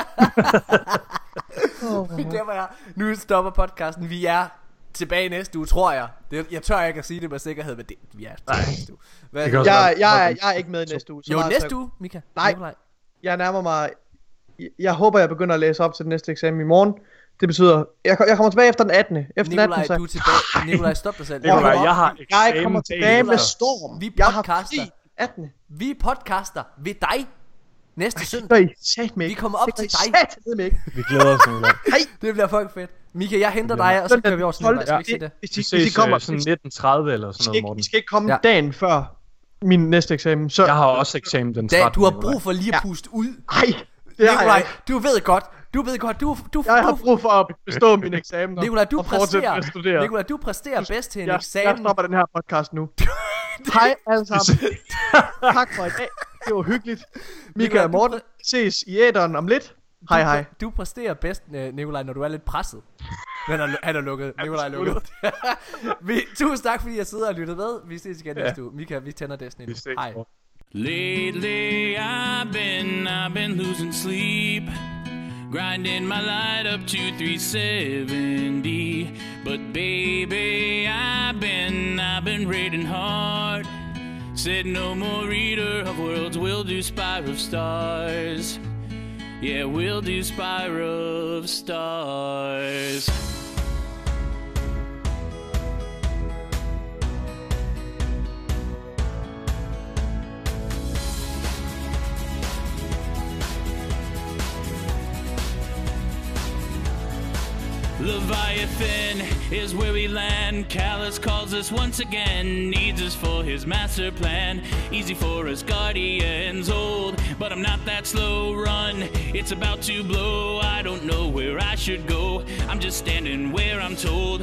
Mine damer og herrer, nu stopper podcasten. Vi er tilbage næste uge, tror jeg. Jeg tør ikke at sige det med sikkerhed, men vi er tilbage næste uge. Jeg er ikke med næste uge. Jo, næste uge, Mika. Nej, jeg nærmer mig. Jeg håber, jeg begynder at læse op til den næste eksamen i morgen. Det betyder, jeg kommer tilbage efter den 18. Efter Nikolaj, den 18. du er tilbage. Nikolaj, stop dig selv. Nikolaj, jeg har eksamen. Jeg kommer tilbage med storm. Vi jeg har podcaster. fri 18. Vi podcaster ved dig næste søndag. Vi kommer op til dig. Vi glæder os, Nikolaj. Det bliver fucking fedt. Mika, jeg henter dig, og så kører vi over sådan Hvis I kommer sådan 1930 eller sådan noget, Morten. I skal ikke komme dagen før min næste eksamen. Så jeg har også eksamen den 13. Du har brug for lige at puste ud. Nej, Nikolaj, du ved godt. Jeg har brug for at bestå min eksamen. Nikolaj, du præsterer bedst til en eksamen. Jeg stopper den her podcast nu. Hej alle sammen. Tak for i dag. Det var hyggeligt. Mika og Morten ses i æderen om lidt. Hej. Du præsterer bedst, Nikolaj, når du er lidt presset. Han er lukket. Nikolaj er lukket. Tusind tak, fordi jeg sidder og lytter med. Vi ses igen næste uge. Mika, vi tænder Destiny. Hej. Lately I've been losing sleep, grinding my light up to 370. But baby, I've been raiding hard. Said no more reader of worlds, we'll do Spire of Stars. Yeah, we'll do Spire of Stars. Leviathan is where we land. Callus calls us once again, needs us for his master plan. Easy for us guardians, old, but I'm not that slow. Run, it's about to blow. I don't know where I should go, I'm just standing where I'm told.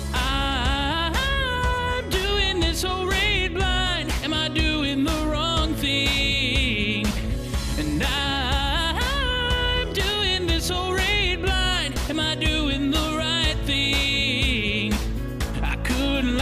I'm doing this whole raid blind. Am I doing the wrong thing? And I'm doing this whole raid blind. Am I doing the right thing? I couldn't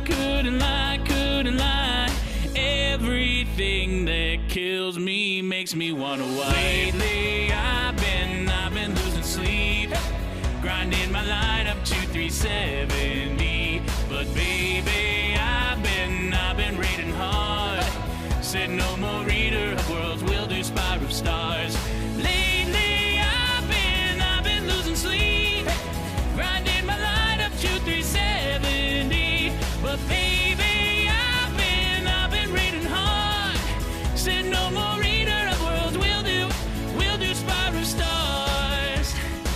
lie. Everything that kills me makes me wanna wipe. Lately I've been losing sleep, grinding my light up to 370. But baby, I've been raiding hard. Said no more reader of worlds, we'll do Spire of Stars. Lately I've been losing sleep, grinding my light up to 370. But baby, I've been raiding hard. Said no more reader of worlds, we'll do Spire of Stars.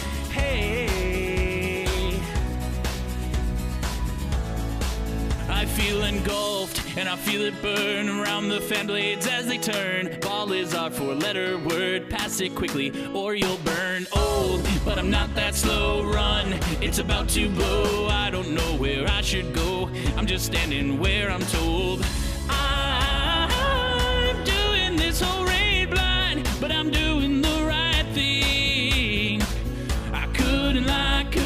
Hey, I feel engulfed and I feel it burn around the fan blades as they turn. Ball is our 4-letter word, pass it quickly or you'll burn. Old, but I'm not that slow. Run, it's about to blow. I don't know where I should go, I'm just standing where I'm told. I'm doing this whole raid blind, but I'm doing the right thing. I couldn't lie.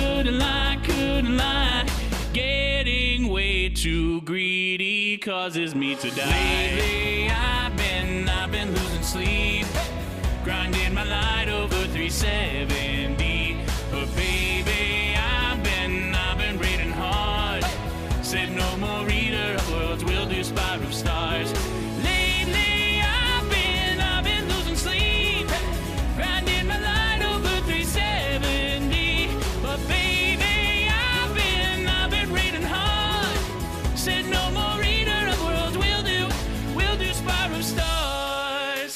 Getting way too greedy causes me to die. Lately I've been losing sleep, grinding my light over 370. But baby, I've been raiding hard. Said no more reader of worlds, we'll do Spire of Stars. Lately I've been losing sleep, grinding my light over 370. But baby, I've been raiding hard. Said no more reader of worlds, we'll do Spire of Stars.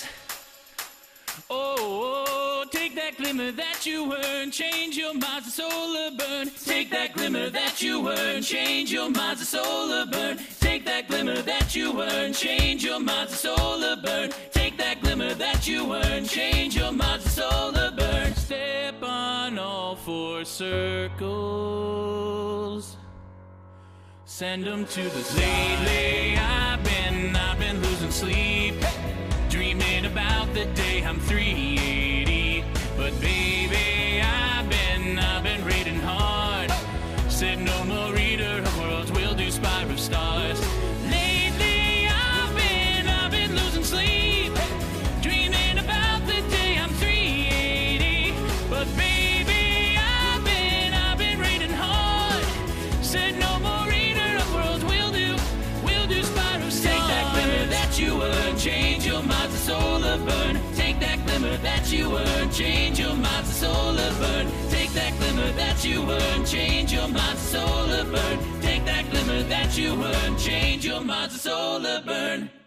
Oh, take that glimmer that you earned, change your minds to solar burn. Take that glimmer that you earned, change your minds to solar burn. Take that glimmer that you earned, change your minds to solar burn. Take that glimmer that that you weren't. Change your mind to solar burn. Step on all 4 circles. Send them to the lately. I've been losing sleep, dreaming about the day I'm 380. But baby, I've been reading hard. Said no more reader of worlds, we'll do Spire of Stars. Lately, I've been losing sleep, dreaming about the day I'm 380. But baby, I've been reading hard. Said no more reader of worlds, we'll do Spire of Stars. Take that glimmer that you were, change your mind to solar burn. Take that glimmer that you were, change your mind to solar burn. Take that glimmer that you were, change your mind to solar burn. Take that glimmer that you were, change your mind to solar burn.